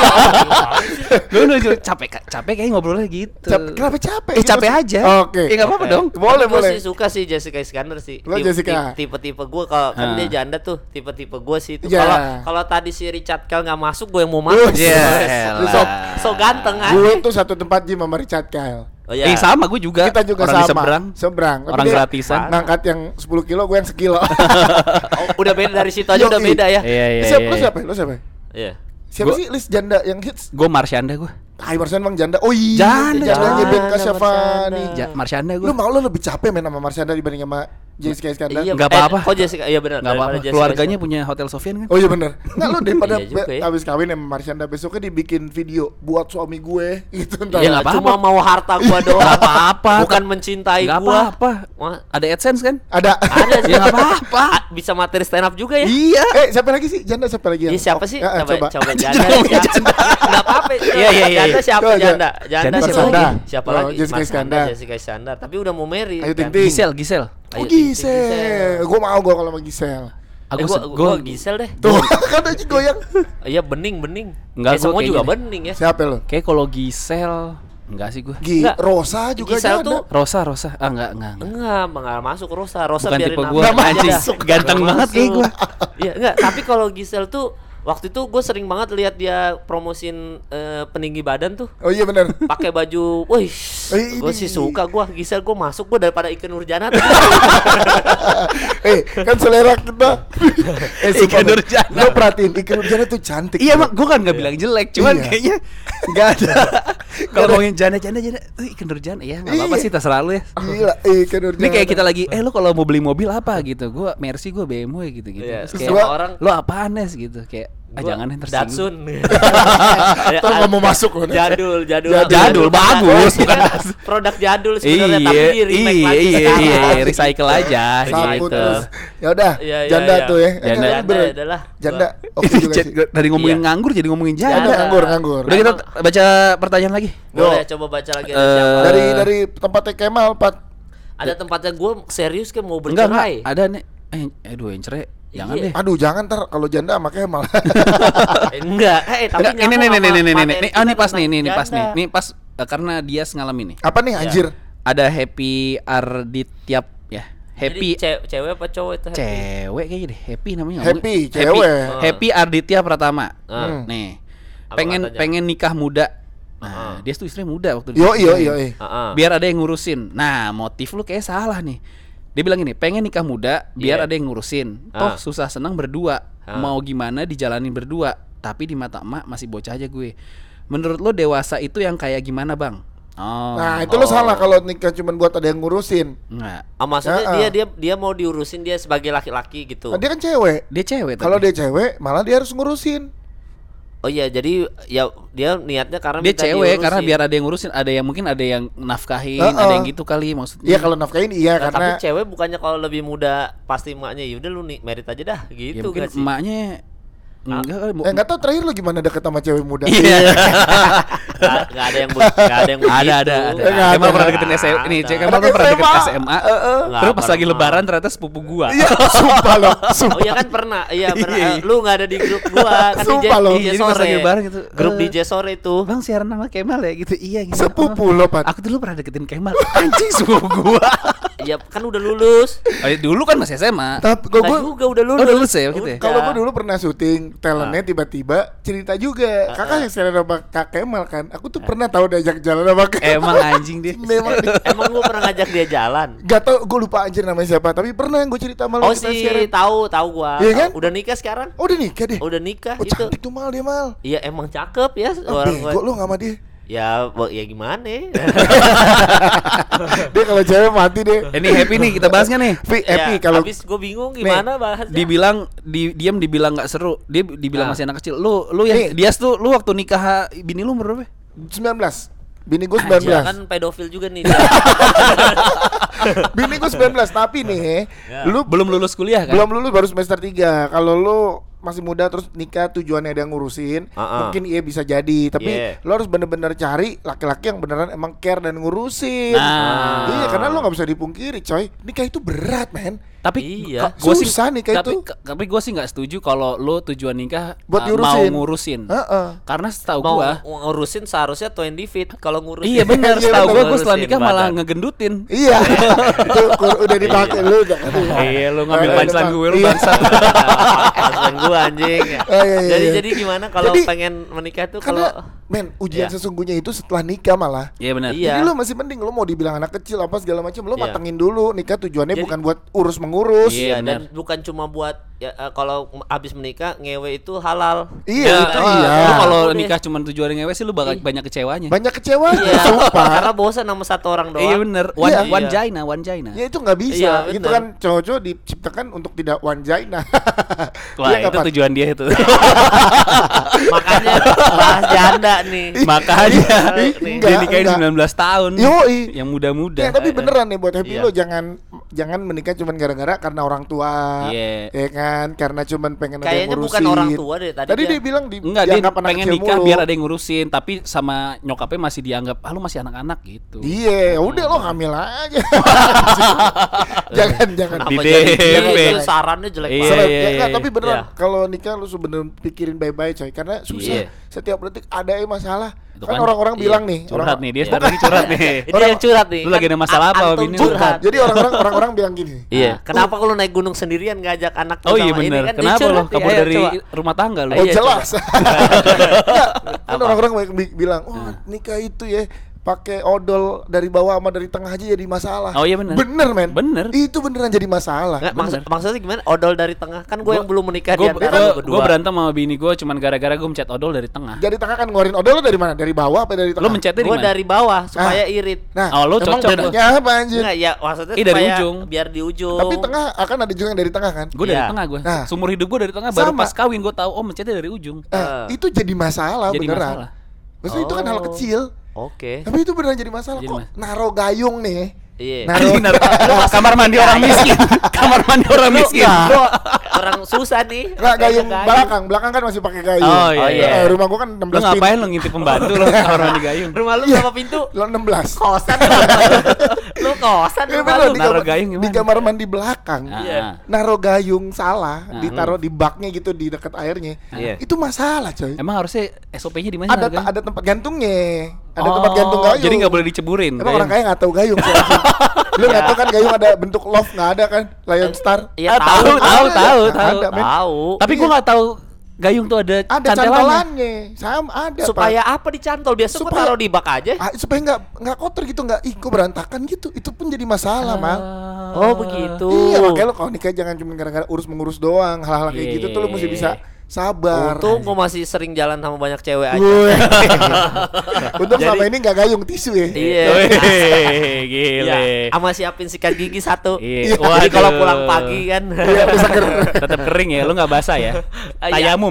Gue udah capek kayak ngobrolnya gitu. Kenapa capek? Capek aja. Oke. Ya nggak apa-apa dong. Boleh, Gue boleh. sih suka sih Jessica Iskandar sih. Lo Jessica? Tipe-tipe gue kalau kan Ah. dia janda tuh, tipe-tipe gue sih itu. Ya. Kalau tadi si Richard Kyle nggak masuk, gue yang mau masuk. Ya, Lu elah. so ganteng aja. Gue tuh satu tempat gym sama Richard Kyle. Oh iya. Sama gue juga. Kita juga orang di sama. seberang. Seberang. Tapi Orang dia gratisan. ngangkat yang 10 kilo, gue yang sekilo. Oh, udah beda dari situ aja udah Yoi. beda ya. Iya iya. Siapa? Lu siapa? Lu siapa? Iya. Siapa Gua- sih list janda yang hits? Gue Marsyanda gue. Hai Marsian bang janda. Oh iya, Janda. jandanya Ben Janda, Kasyafani. Marsyanda gue. Lu mau lu lebih capek main sama Marsyanda dibanding sama Jessica Iskandar? Iya, Nggak apa-apa. Kok Jessica? Iya benar. Nggak daripada apa-apa. Jessica Keluarganya Iskandar. punya Hotel Sofian kan? Oh iya bener. Nggak lu daripada Iya juga ya. habis kawin sama Marsyanda besoknya dibikin video buat suami gue gitu entar. Iya, Ya, nggak apa-apa. cuma mau harta gua doang. Nggak apa-apa. Bukan mencintai Nggak gua. apa-apa. Wah, Ada AdSense kan? Ada. ada sih. Ya nggak apa-apa. Bisa materi stand up juga ya. Iya. Siapa lagi sih? Janda siapa lagi yang? Iya siapa sih? Coba. Coba Jangan janda. ngomongin janda. Enggak apa-apa. Iya, iya, iya. Janda siapa Coba, janda? Janda Janda siapa siapa lagi? lagi? Siapa Oh, lagi? Jessica Marshanda, Iskandar. Jessica Iskandar. Tapi udah mau married. Ayu Ting kan. Ting. Gisel. Oh Ayu Ting Ting, Gisel. Gue mau gue kalau sama Gisel. Gua Gisel deh. Tuh kan aja goyang. Iya bening. Enggak, gua Semua juga kayaknya bening ya. Siapa lo? Kayak kalau Gisel enggak sih gue. Enggak. Rosa juga Gisel janda. tuh Rosa. Ah enggak. enggak masuk Rosa. Rosa Bukan biarin tipe aja. gua, Nggak anjing. masuk. Ganteng Nggak banget kayak masuk. gue. Iya, enggak, tapi kalau Gisel tuh waktu itu gue sering banget lihat dia promosin peninggi badan tuh. Oh iya benar. Pakai baju, wih, Ini. gue sih suka Gisel gue masuk gue daripada Ikke Nurjana tuh. Kan selera kita. Ikke Nurjana. Lo perhatiin Ikke Nurjana tuh cantik. Iya mak, gue kan nggak bilang jelek, cuman Iya. kayaknya nggak ada. Kalau ngomongin janda, Ikke Nurjana ya nggak apa-apa Iya. sih, terserah lu ya. Gila, Ikke Nurjana. Ini kayak kita lagi, lo kalau mau beli mobil apa gitu, gue Mercy, gue BMW gitu. Iya, Terus terus kayak, gua- orang lo apaan Nes gitu, kayak jangan yang tersinggung. Datsun. Ntar nggak mau masuk loh. Jadul. Jadul, bagus, Ini kan bukan produk jadul sebenarnya tapi di remake lagi sekarang. iya, recycle aja Sapu gitu. terus. Ya udah, Iya, iya, janda iya. tuh ya. Janda. Kan Janda bener. adalah Janda. Oke juga sih. Dari ngomongin Iya. nganggur jadi ngomongin Janda janda. nganggur. Udah kita baca pertanyaan lagi. Boleh coba baca lagi ada Eh, siapa? Dari tempatnya Kemal, Pat. Ada tempatnya gue serius kan mau Enggak, bercerai. ada nih. Aduh, yang cerai. Jangan Iya. deh. Aduh, jangan ntar kalau janda sama Kemal. Enggak, tapi Enggak, ini nyambung sama materi nih. kita Ini pas nih, tentang ini pas nih. janda. Ini pas karena dia ngalamin nih. Apa nih anjir? Ada Happy Ardityap ya. Happy Jadi cewek apa cowok itu happy? cewek kayaknya deh. Happy namanya. Happy, cewek. Happy Arditya Pratama. Nih. Apa katanya? Pengen nikah muda. Nah, dia tuh istrinya muda waktu dia. Yo. Heeh. Biar ada yang ngurusin. Nah, motif lu kayak salah nih. Dia bilang gini, pengen nikah muda biar Iya. ada yang ngurusin. Toh susah senang berdua. Mau gimana dijalanin berdua. Tapi di mata emak masih bocah aja gue. Menurut lo dewasa itu yang kayak gimana, Bang? Oh. Nah, itu lo salah kalau nikah cuman buat ada yang ngurusin. Enggak. Maksudnya dia mau diurusin dia sebagai laki-laki gitu. Nah, dia kan cewek. Dia cewek Kalau tapi. dia cewek, malah dia harus ngurusin. Oh iya, jadi ya dia niatnya karena Dia minta cewek diurusin. karena biar ada yang ngurusin, ada yang mungkin ada yang nafkahin, Heeh. ada yang gitu kali maksudnya. Iya, kalau nafkahin iya Nah, karena tapi cewek bukannya kalau lebih muda pasti emaknya ya udah lu nih merit aja dah Ya gitu mungkin gak sih? emaknya enggak kali. enggak tahu terakhir lo gimana deket sama cewek muda. Iya. Nggak ada yang nggak ada yang begitu. Ada. Nggak Kemal ada. pernah deketin SMA. Nih, Nggak Cek ada. Kemal tuh pernah deket SMA. SMA. Nggak Terus pas lagi pernah. lebaran ternyata sepupu gua. Iya, sumpah loh. Oh Sumpah. iya kan pernah, iya pernah. Iya. Lu nggak ada di grup gua kan Sumpah lo. DJ Jadi pas sore. lagi lebaran gitu, Grup DJ sore itu. Bang siaran nama Kemal ya gitu. Iya gitu. Sepupu lo, Pat. Aku dulu pernah deketin Kemal. Anjing sepupu gua. Iya kan udah lulus. Oh, dulu kan masih SMA. Tapi Enggak gue juga udah lulus. Oh, udah lulus ya, gitu ya? Udah. kalau gue dulu pernah syuting talentnya tiba-tiba cerita juga kakak yang sering sama Kak Kemal kan. Aku tuh pernah tahu diajak jalan sama Kemal. Emang anjing dia. Memang Emang gua pernah ngajak dia jalan. gak tau, gue lupa anjir namanya siapa. Tapi pernah gue cerita sama lo Oh kita sih, siaran. tahu gua. Iya kan? Udah nikah sekarang? Oh udah nikah deh. Udah nikah Oh gitu. cantik tuh Mal dia Mal. Iya emang cakep ya Oh, orang bego gua. lu gak sama dia. Ya gimana? Dia kalau cewek mati deh. Ini happy nih kita bahas nggak nih? Happy Ya, kalau habis gua bingung gimana bahasnya. Dibilang dibilang nggak seru. Dia dibilang Ah. masih anak kecil. Lu ya Nih. Dias tuh lu waktu nikah bini lu umur berapa? 19. Bini gue Dia 19. kan pedofil juga nih. Bini gue 19 tapi nih Ya. lu Belum lulus kuliah kan? belum lulus baru semester 3. Kalau lu masih muda terus nikah tujuannya ada yang ngurusin, mungkin iya bisa jadi. Tapi Yeah. lu harus bener-bener cari laki-laki yang beneran emang care dan ngurusin. Nah. Iya, karena lu nggak bisa dipungkiri, coy. Nikah itu berat, men. Tapi Iya. gua sih Susah nikah tapi, itu. tapi gue sih nggak setuju kalau lu tujuan nikah Buat mau diurusin. ngurusin. Heeh. Karena setahu Mau gua ngurusin seharusnya 20 feet kalau ngurusin. iya benar, Iya, setahu bener. gua setelah Ngurusin nikah malah badan. ngegendutin. Iya. Itu udah dipakai lu udah. Iya, lu ngambil Iya, punchline gue lu iya. bangsa. Pasangan gua anjing. Oh, iya, iya, iya. Jadi gimana kalau Jadi, pengen menikah tuh kalau Karena men, ujian Iya. sesungguhnya itu setelah nikah malah. Iya benar. Iya. Jadi lu masih mending lu mau dibilang anak kecil apa segala macam, lu Iya. matengin dulu. Nikah tujuannya Jadi- bukan buat urus mengurus. Iya, Iya, dan bukan cuma buat ya, kalau abis menikah ngewe itu halal. Iya, Ya, itu ah, iya. Lu kalau Udah. nikah cuma tujuan ngewe sih lu bakal Iya. banyak kecewanya. Banyak kecewa, Iya, sumpah. karena bosan sama satu orang doang. Iya bener. Iya. One Jaina, one Jaina. Ya itu nggak bisa. Iya, Itu bener. kan cowok-cowok diciptakan untuk tidak wanjaina. Wah, Iya, itu kapan? tujuan dia itu. Makanya bahas janda nih. Makanya Nih. dia nikahin enggak. 19 tahun. Yoi. Yang muda-muda. Ya, tapi beneran nih buat happy Iya. lo jangan menikah cuman gara-gara karena orang tua. Iya. Ya kan? Karena cuman pengen ada yang Kayaknya ngurusin. bukan orang tua deh tadi. Tadi dia bilang Enggak, dia dianggap anak pengen kecil nikah mulu. biar ada yang ngurusin, tapi sama nyokapnya masih dianggap, ah lu masih anak-anak gitu. Iya, udah lo hamil aja. jangan. Kenapa Di jadi DP. gitu? Sarannya jelek Iya, banget. Seret, iya, ya, enggak, iya. tapi beneran Iya. kalau nikah lu sebenarnya pikirin baik-baik coy, karena susah. Iya. Setiap detik ada yang masalah. Itu Kan kan, orang-orang iya, bilang nih, Curhat nih, dia Iya. sebentar lagi curhat nih. Ini yang curhat nih. Lu lagi ada masalah apa sama Antum bini lu? curhat. Jadi orang-orang bilang gini. Iya. Kenapa kalau naik gunung sendirian ngajak anak Oh iya sama ini bener. kan? Dia Kenapa curhat lo nih. kabur Ayo, dari coba. rumah tangga lu? Oh Iya, jelas. Enggak, kan Apa? orang-orang banyak bilang, "Oh, nikah itu ya pakai odol dari bawah sama dari tengah aja jadi masalah." Oh iya bener. Bener, men. Bener. Itu beneran jadi masalah. Nggak, maksudnya gimana? Odol dari tengah kan gue yang belum menikah di antara lu berdua. Gue berantem sama bini gue cuman gara-gara gue mencet odol dari tengah. Jadi tengah kan ngeluarin odol lo dari mana? Dari bawah apa dari tengah? Lu mencetnya di Gue mana? dari bawah supaya irit. Nah, Oh, lu emang cocok bedanya apa anjir? Enggak ya maksudnya Ih, dari supaya ujung. biar di ujung. Tapi tengah akan ada juga yang dari tengah kan? Gue dari Iya. tengah gue. Nah. Seumur hidup gue dari tengah. Baru Sama. pas kawin gue tahu, oh mencetnya dari ujung. Itu jadi masalah Jadi beneran. masalah. Maksudnya itu kan hal Oh. kecil. Oke. Tapi itu beneran jadi masalah. Jadi Kok naro gayung nih? Iya. Naro Anjing, kamar mandi orang miskin. Kamar mandi orang miskin. Lu orang susah nih. Nggak, gayung Gayung. belakang kan masih pakai gayung. Oh, iya, iya. Rumah gua kan Lu 16 ngapain lu ngintip pembantu lu kamar mandi gayung? Rumah lu Iya. berapa pintu? Lo 16. Kosan. Lu kosan Ya rumah bener, lu. di Naro kamar, gayung gimana? di kamar mandi belakang. Ah, Iya. ah. Naro gayung salah, Ah. ditaruh di baknya gitu di dekat airnya. Iya. Itu masalah, coy. Emang harusnya SOP-nya di mana? Ada Gan? ada tempat gantungnya. Ada Oh, tempat gantung gayung. Jadi nggak boleh diceburin. Emang orang kaya nggak tahu gayung. Coy. Lu nggak tahu kan gayung ada bentuk love, nggak ada kan? Lion Star. Iya Ah, tahu, tahu, Ada, tahu, ada, tahu. ada, men. Tahu. Tapi gua nggak tahu gayung tuh ada Ada cantelannya. cantolannya. Sama ada. Supaya Pak. apa dicantol? Biasa gua Supaya- taruh di bak aja. Supaya nggak kotor gitu, nggak kok berantakan gitu. Itu pun jadi masalah, Mal. Oh, begitu. Iya, makanya lo kalau nikah jangan cuma gara-gara urus-mengurus doang. Hal-hal kayak Iya, gitu tuh lo mesti bisa sabar. Untung gua masih sering jalan sama banyak cewek aja. Woi. Untung Jadi- sama ini nggak gayung tisu ya. Iya. Wih, gile. Iya, sama siapin sikat gigi satu. Iya. Jadi kalau Waduh. pulang pagi kan. Iya, bisa Tetap kering ya, lu nggak basah ya? Iya. Tayamum.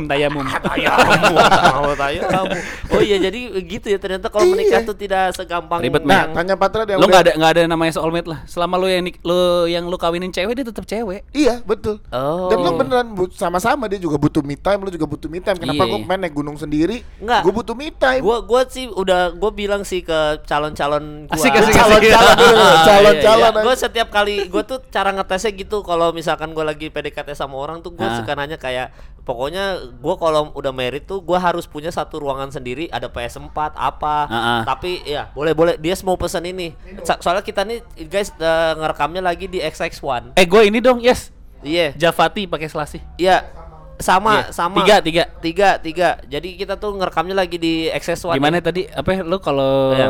Oh iya, jadi gitu ya ternyata kalau Iya. menikah tuh tidak segampang Ribet, Nah, yang tanya Patra deh. Lu nggak ada namanya soulmate lah. Selama lu yang lu kawinin cewek, dia tetap cewek. Iya, betul. Oh. Dan lo beneran sama-sama dia juga butuh me time, lu juga butuh me time. Kenapa Iya. gue main naik gunung sendiri? Enggak. Gue butuh me time. Gua sih gue bilang sih ke calon-calon gua. Asik. Calon-calon dulu, calon-calon. Gue setiap kali gue tuh cara ngetesnya gitu, kalau misalkan gue lagi PDKT sama orang tuh gue suka nanya kayak, pokoknya gue kalau udah married tuh gue harus punya satu ruangan sendiri, ada PS4 apa. Tapi ya boleh dia mau pesan ini. Soalnya kita nih guys ngerekamnya lagi di XX1. Gue ini dong, yes. Iya. Javati pakai selasi. Iya. Sama. Tiga. Jadi kita tuh ngerekamnya lagi di XX1. Gimana tadi? Apa lu kalau Iya.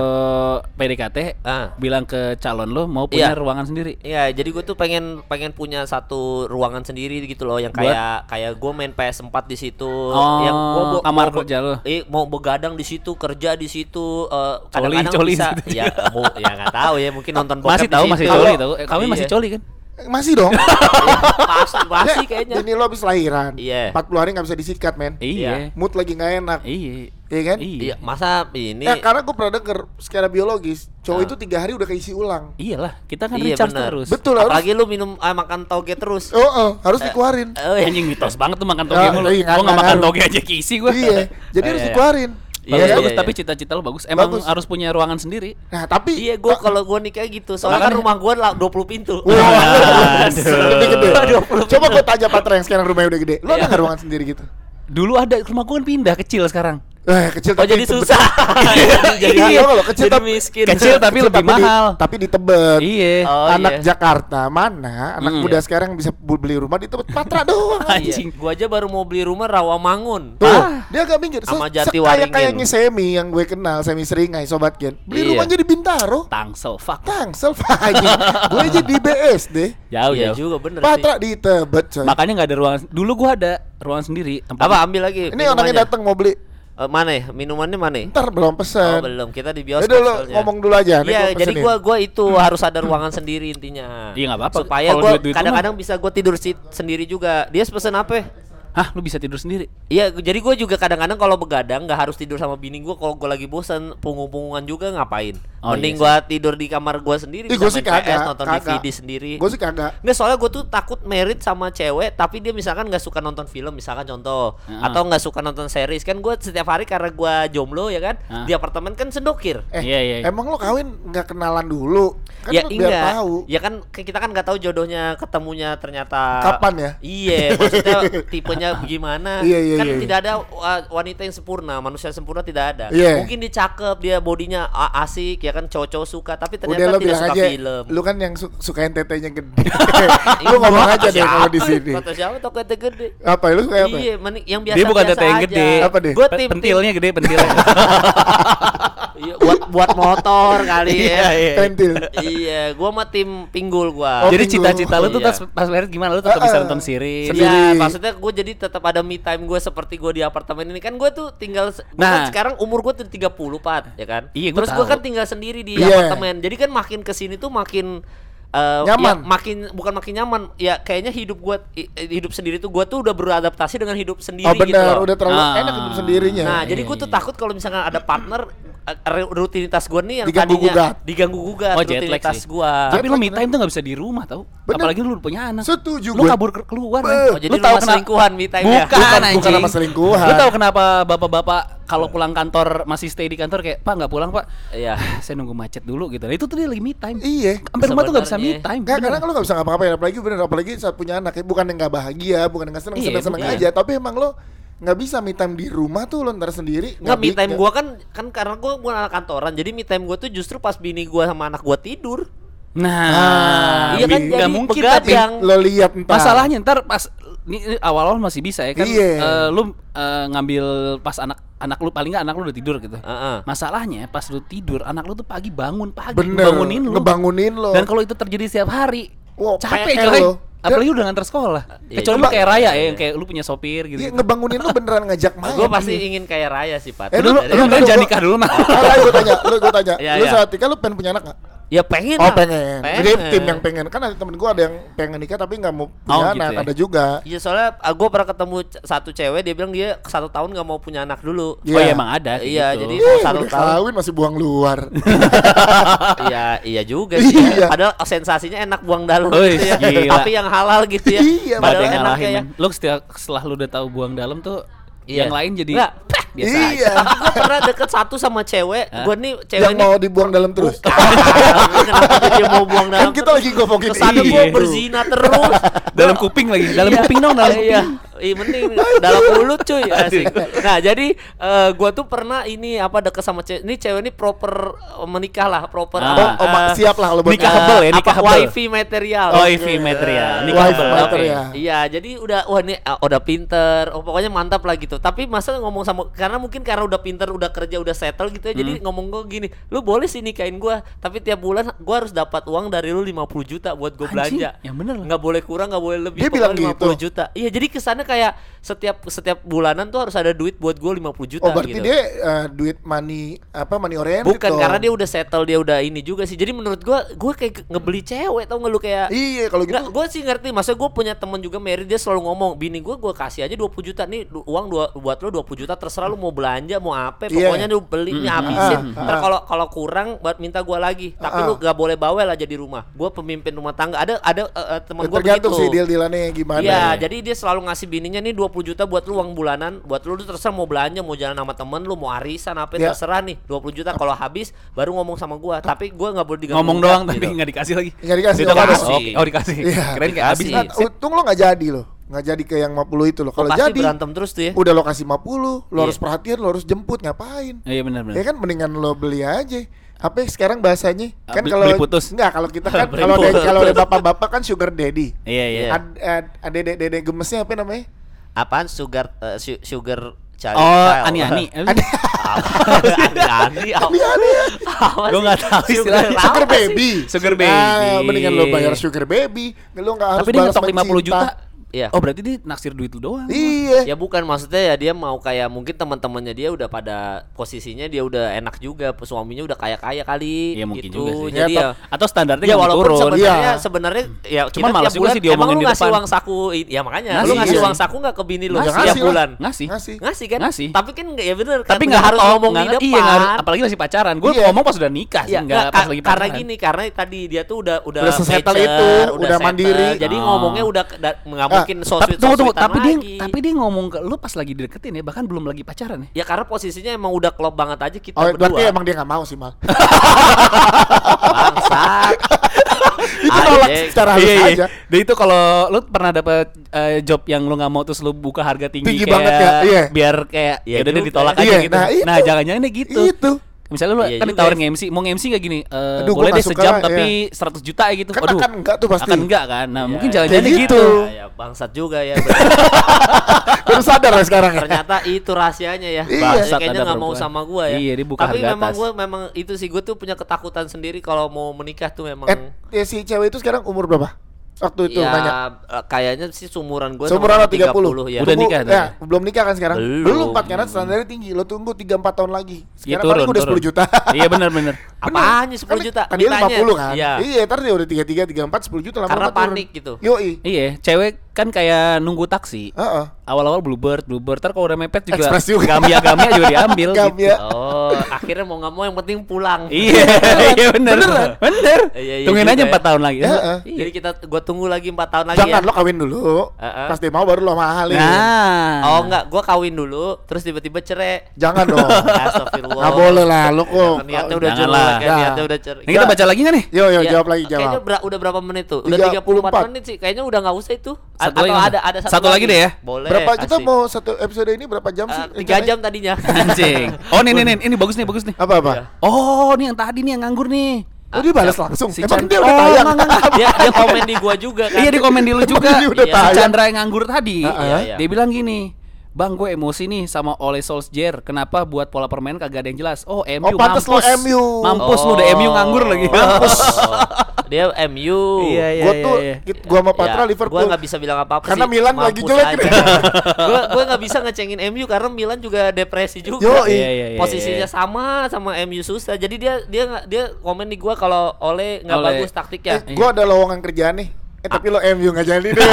PDKT bilang ke calon lu mau punya Iya. ruangan sendiri? Iya, jadi gue tuh pengen punya satu ruangan sendiri gitu loh, yang kayak gue main PS4 di situ, yang gue kamar kerja lu. Mau begadang di situ, kerja di situ, Coli kadang-kadang bisa gitu. ya nggak tahu ya, mungkin nonton bokep Masih tahu, di masih situ. coli tahu. Kami Iya. masih coli kan? Masih dong. Pasti kayaknya. Ini lo habis lahiran. Iya. 40 hari nggak bisa disikat, men. Iya. Mood lagi nggak enak. Iya. Iya kan? Iya, masa ini Ya karena gue pernah denger secara biologis cowok itu 3 hari udah keisi ulang. Iyalah, kita kan Iya, recharge bener. terus. Betul, harus. apalagi lu makan toge terus. Harus dikeluarin. Anjing mitos banget tuh makan toge mulu. iya, Gua enggak nggak makan ngaruh. toge aja kisi gua. Iya, jadi harus Iya. dikeluarin. Bagus, Iya. tapi cita-cita lu bagus. Emang Bagus. harus punya ruangan sendiri. Nah, tapi Iya, kalau gue nikah gitu, soalnya kan rumah gue 20 pintu. Wah, gede-gede. 20 Coba gue tanya Patra yang sekarang rumahnya udah gede. Lu ada Iya. nggak ruangan sendiri gitu? Dulu ada, rumah gua kan pindah kecil sekarang. Kecil Oh, jadi susah. Iya, kalau kecil jadi tapi miskin. Kecil tapi lebih mahal. Tapi di Tebet. Iya. Oh, Anak iya. Jakarta mana? Anak muda sekarang bisa beli rumah di Tebet. Patra doang. Anjing. Gua aja baru mau beli rumah Rawamangun. Tuh, dia agak minggir. Sama Jati Sekaya-kayanya Semi yang gue kenal, Semi Seringai, Sobat Gen. Beli Iya. rumahnya di Bintaro. Tangsel, fuck. Tangsel anjing. Gue aja di BSD. Jauh Iya jauh. juga bener Patra sih. di Tebet, coy. Makanya nggak ada ruangan. Dulu gua ada ruangan sendiri. Tempat Apa ambil lagi? Ini orangnya datang mau beli. Mana ya? Minumannya mana? Ya? Ntar belum Oh, pesen. belum. Kita di bioskop. Udah lo soalnya. ngomong dulu aja. nih Iya, gua jadi pesenin. gua itu harus ada ruangan sendiri intinya. Iya, nggak apa-apa. Supaya Kalau gua duit-duit lu kadang-kadang bisa gua tidur sendiri juga. Dia pesen apa? Hah, lu bisa tidur sendiri? Iya, jadi gue juga kadang-kadang kalau begadang nggak harus tidur sama bini gue. Kalau gue lagi bosan, pungung-pungungan juga ngapain? Oh, Mending iya gue tidur di kamar gue sendiri, Ih, bisa gua sih main PS, kagak, nonton kagak. DVD sendiri. Gue sih kagak. Nggak, soalnya gue tuh takut married sama cewek, tapi dia misalkan nggak suka nonton film, misalkan contoh, atau nggak suka nonton series. Kan gue setiap hari karena gue jomblo ya kan, di apartemen kan sendokir. Iya. Emang lo kawin nggak kenalan dulu? Kan Ya lo biar enggak, tahu. ya kan kita kan nggak tahu jodohnya ketemunya ternyata Kapan ya? Iya, maksudnya tipenya gimana? Iya, iya, Kan iya. tidak ada wanita yang sempurna, manusia sempurna tidak ada. Iya. Mungkin dia cakep, dia bodinya asik, ya kan cowok-cowok suka, tapi Udah ternyata lo tidak bilang suka aja, film. lu kan yang sukain tetenya gede. Lu ngomong aja deh kalau di sini. Kata siapa toko gede? Apa lu suka apa? Iya, yang biasa. Dia bukan tete yang gede. Apa deh? Gue tim Pentilnya gede, pentilnya. Iya, buat motor kali ya. Pentil. Iya, gua mah tim pinggul Oh, gua. Jadi pinggul. cita-cita lu tuh Iya. pas married gimana? Lu tetap bisa nonton series. Sendiri. Iya, maksudnya gue jadi tetap ada me time gue seperti gue di apartemen ini kan. Gue tuh tinggal Nah. sekarang umur gue tuh 30 Pat, ya kan. Iya, gua Terus gue tahu. kan tinggal sendiri di Iya. apartemen. Jadi kan makin kesini tuh makin Nyaman. ya, bukan makin nyaman. Ya kayaknya hidup sendiri tuh gue tuh udah beradaptasi dengan hidup sendiri Oh gitu benar, loh. udah terlalu Ah. enak hidup sendirinya. Nah, jadi Iya, gue tuh iya. takut kalau misalkan ada partner, rutinitas gue nih yang Diganggu tadinya gugat. diganggu gugat Oh, jet lag rutinitas sih. gue. Tapi lu me time tuh gak bisa di rumah tau. Bener. Apalagi lu punya anak. Setuju Lu gue. kabur keluar Beuh. kan. Oh, jadi rumah selingkuhan me time ya? Bukan, Bukan anjing. nama selingkuhan. Lu tahu kenapa bapak-bapak kalau pulang kantor masih stay di kantor kayak, "Pak, nggak pulang, Pak." Iya. Saya nunggu macet dulu gitu. Nah, itu tuh dia lagi me time. Iya. Sampai rumah tuh gak bisa me Sebenarnya. time. Enggak, bener. karena lo gak bisa ngapa-ngapain. Apalagi saat punya anak ya. Bukan yang gak bahagia, bukan yang gak seneng, Iya, seneng bukan. aja. Tapi emang lo gak bisa me time di rumah tuh lo ntar sendiri. Nggak, me time bisa. gue kan karena gue bukan anak kantoran, jadi me time gue tuh justru pas bini gue sama anak gue tidur. Nah, Iya kan, nggak jadi mungkin begadang. tapi Lo lihat ntar. masalahnya ntar pas ini awal-awal masih bisa ya kan. Iya. Lu ngambil pas anak lu paling nggak anak lu udah tidur gitu. Heeh. Masalahnya pas lu tidur anak lu tuh pagi bangun Bener, ngebangunin lu. ngebangunin lo. Dan kalau itu terjadi setiap hari, Wow, capek PR coy. lo. Apalagi udah nganter sekolah. Iya, Kecuali lu coba- kayak Raya ya iya. yang kayak lu punya sopir gitu. Iya, ngebangunin lo beneran ngajak main. Gue pasti ingin kayak Raya sih, Pat. Eh, Lu lu- jangan nikah dulu mah. Gue tanya, Iya, lu iya. saat nikah lu pengen punya anak gak? Ya pengen Oh lah. pengen. Jadi tim yang pengen. Kan ada temen gue ada yang pengen nikah tapi nggak mau punya gitu anak. ya? Ada juga. Iya soalnya gue pernah ketemu satu cewek, dia bilang dia 1 tahun nggak mau punya anak dulu. Oh iya emang ada kayak Iya, gitu. jadi mau 1 Udah tahun. kawin masih buang luar. Iya juga sih. Iya. Padahal sensasinya enak buang dalam Wih, gitu ya. gila. Tapi yang halal gitu ya. Iya, Nggak ada Padahal yang enak ngalahin ya. men. Lu setelah lu udah tahu buang dalam tuh Iya. yang lain jadi Nggak. biasa aja. Iya. Tapi gue pernah deket satu sama cewek. Gue nih cewek Yang ini mau dibuang dalam terus. kenapa dia mau buang dalam? Kan kita lagi ngomongin kesana ini. gue berzina terus. Dalam kuping lagi. Dalam Iya. kuping dong, dalam kuping. Iya. Mending dalam mulut cuy asik. Nah jadi gua tuh pernah ini apa deket sama cewek. Ini cewek ini proper menikah lah, proper Siap lah kalau buat nikah. apa Nikahable. wifi material. Oh, wifi material. Wifi Nikahable. Oke. material. Iya, jadi wah ini udah pinter, pokoknya mantap lah gitu. Tapi masa ngomong sama karena udah pinter, udah kerja, udah settle gitu ya. Jadi ngomong gue gini, lu boleh sih nikahin gua, tapi tiap bulan gua harus dapat uang dari lu 50 juta buat gua Anjing, belanja. yang bener loh. Nggak boleh kurang, nggak boleh lebih. Dia pokoknya bilang 50 gitu? juta. Iya, jadi kesannya kayak setiap bulanan tuh harus ada duit buat gua 50 juta Oh berarti gitu. dia duit money oriented. Bukan dong. karena dia udah settle, dia udah ini juga sih. Jadi menurut gua kayak ngebeli cewek, tau nggak lu kayak Iya kalau gitu. Nggak, gue sih ngerti. Maksudnya gue punya temen juga married, dia selalu ngomong, bini gue kasih aja 20 juta nih uang buat lo 20 juta, terserah lu mau belanja mau apa, Iya. pokoknya lu belinya habisin. Ntar kalau kurang buat minta gue lagi. Tapi lu gak boleh bawel aja di rumah. Gue pemimpin rumah tangga. Ada temen gue Tergantung begitu. sih deal-dealannya gimana. Iya, jadi dia selalu ngasih bininya nih 20 juta buat lu uang bulanan, buat lu terserah mau belanja, mau jalan sama temen lu, mau arisan apa Iya. terserah nih 20 juta. Kalau habis baru ngomong sama gua, tapi gua nggak boleh diganggu. Ngomong doang tapi nggak dikasih lagi. Nggak dikasih, Itu kan dikasih. oh dikasih. Iya. Keren kayak habis Dikasih. nih. Untung lo nggak jadi lo. Nggak jadi ke yang 50 itu lo. Kalau Pasti jadi berantem terus tuh ya. udah lo kasih 50, lo Iya. harus perhatian, lo harus jemput, ngapain? Iya benar-benar. Ya kan mendingan lo beli aja. Apa ya sekarang bahasanya? Kan Beli- kalau beli putus. enggak, kalau kita kan Beli kalau ada putus. bapak-bapak kan sugar daddy. Iya iya. Iya. Ada dedek gemesnya apa namanya? Apaan sugar child? Oh, ani-ani. Ani. Gue nggak tahu istilahnya. Sugar baby. Sugar baby. Nah, mendingan lo bayar sugar baby. Lo nggak harus Tapi dia balas ngetok main 50 cinta. juta. Iya. Oh berarti dia naksir duit lu doang. Iya. Ya bukan, maksudnya ya dia mau kayak mungkin teman-temannya dia udah pada posisinya dia udah enak juga, suaminya udah kaya-kaya kali. Iya, mungkin gitu. juga sih. Jadi Ya, ya Atau standarnya ya nggak walaupun turun. sebenarnya ya Cuman kita malas tiap juga bulan sih diomongin emang lu di ngasih depan. uang saku ya makanya Ngasih, lu ngasih iya. uang saku nggak ke bini lu Ngasih. tiap Ngasih lah. bulan Ngasih. ngasih kan Ngasih. tapi kan ya bener Tapi kan, nggak harus harus ngomong di depan. Iya, nggak harus, apalagi masih pacaran. Gue Iya. ngomong pas udah nikah sih, Ya, nggak nggak, pas lagi pacaran. karena gini, karena tadi dia tuh udah settle mature, itu, udah settle. mandiri. Jadi Oh. ngomongnya udah nggak mungkin so Tapi sweet tunggu, sweetan tapi dia lagi. ngomong ke lu pas lagi dideketin ya, bahkan belum lagi pacaran ya. Ya karena posisinya emang udah klop banget aja kita Oh, berdua. berarti emang dia nggak mau sih, Mal. Bangsat. Itu nolak Anjing. secara halus aja. Dan itu kalau lu pernah dapet job yang lu nggak mau terus lu buka harga tinggi, Tinggi kayak banget ya, iya. biar kayak Iya ya udah deh juga. ditolak aja Iya, gitu. nah itu. Nah, jangan-jangan deh gitu. Itu. Misalnya lu Iya kan juga ditawarin ya. nge-MC, mau nge-MC gak gini? Aduh, gua Boleh deh nggak suka, sejam iya. tapi 100 juta ya gitu. Kan Aduh, akan enggak tuh pasti. akan enggak kan? Nah, Iya, mungkin iya. jangan-jangan Kayak gitu. gitu. Ya, bangsat juga ya. Baru sadar lah sekarang ya. Ternyata itu rahasianya ya. Iya. Bangsat Kayaknya ada nggak mau perempuan. sama gua ya. Iya, dia buka Tapi harga memang atas. gua memang itu sih, gua tuh punya ketakutan sendiri kalau mau menikah tuh memang. Ya si cewek itu sekarang umur berapa? Waktu itu ya, nanya. kayaknya sih seumuran gua Seumuran lo sama 30. ya. Udah Tunggu, nikah, ya, belum nikah kan sekarang? Belum. Belum, karena standarnya tinggi. Lo tunggu 3-4 tahun lagi. Iya, Sekarang paling udah 10 juta. Iya benar-benar. Apaan nih 10 juta? Kan dia Mintanya. 50 kan? Iya. Iya, ntar dia udah 33, 34, 10 juta Karena lama-lama turun. panik gitu. Yoi. Iya, cewek kan kayak nunggu taksi. Heeh. Awal-awal bluebird, ntar kalau udah mepet juga Express juga. Gamia juga diambil gitu. Gamia. Oh, akhirnya mau nggak mau yang penting pulang. Iya, iya bener. Bener. Iya, iya Tungguin juga aja ya. 4 tahun lagi. Heeh. Iya. Jadi gua tunggu lagi 4 tahun lagi Jangan ya. lo kawin dulu. Heeh. Pas dia mau baru lo mahalin. Nah. Oh enggak, gua kawin dulu terus tiba-tiba cerai. Jangan dong. Astagfirullah. Nggak boleh lah lo kok. Niatnya udah Janganlah. jelek kan, Nah. niatnya udah cerai. Ini kita baca lagi nggak nih? Yo yo Ya, jawab lagi Kayaknya jawab. udah berapa menit tuh? Udah 34 34 menit sih. Kayaknya udah enggak usah itu. Satu lagi Atau nggak ada usah? Satu lagi deh ya? Boleh. Berapa kita kasih. mau satu episode ini berapa jam sih? 3 jam tadinya. Anjing. Oh nih ini bagus nih. Apa apa? Iya. Oh nih yang tadi nih yang nganggur nih. Oh dia balas langsung. Si Emang Chan- dia udah Oh, tayang. enggak. Dia komen di gua juga kan. Iya di komen di lu juga. Dia udah Iya. Si tayang. Chandra yang nganggur tadi. Iya, iya. Dia bilang gini. Bang, gue emosi nih sama Ole Solskjaer. Kenapa buat pola permainan kagak ada yang jelas? Oh, MU Oh, pantes mampus. lo MU. Mampus lu udah MU nganggur lagi. Mampus. Dia MU. Iya, Gua tuh gua sama Patra Ya, Liverpool. Gua nggak bisa bilang apa-apa Karena sih. Milan lagi Mampus jelek. aja. Gua nggak bisa ngecengin MU karena Milan juga depresi juga. Yoi. Iya. Posisinya sama MU susah. Jadi dia komen di gua kalau Ole nggak Ole. bagus taktiknya. Gua ada lowongan kerjaan nih. Tapi lo MU nggak jadi deh.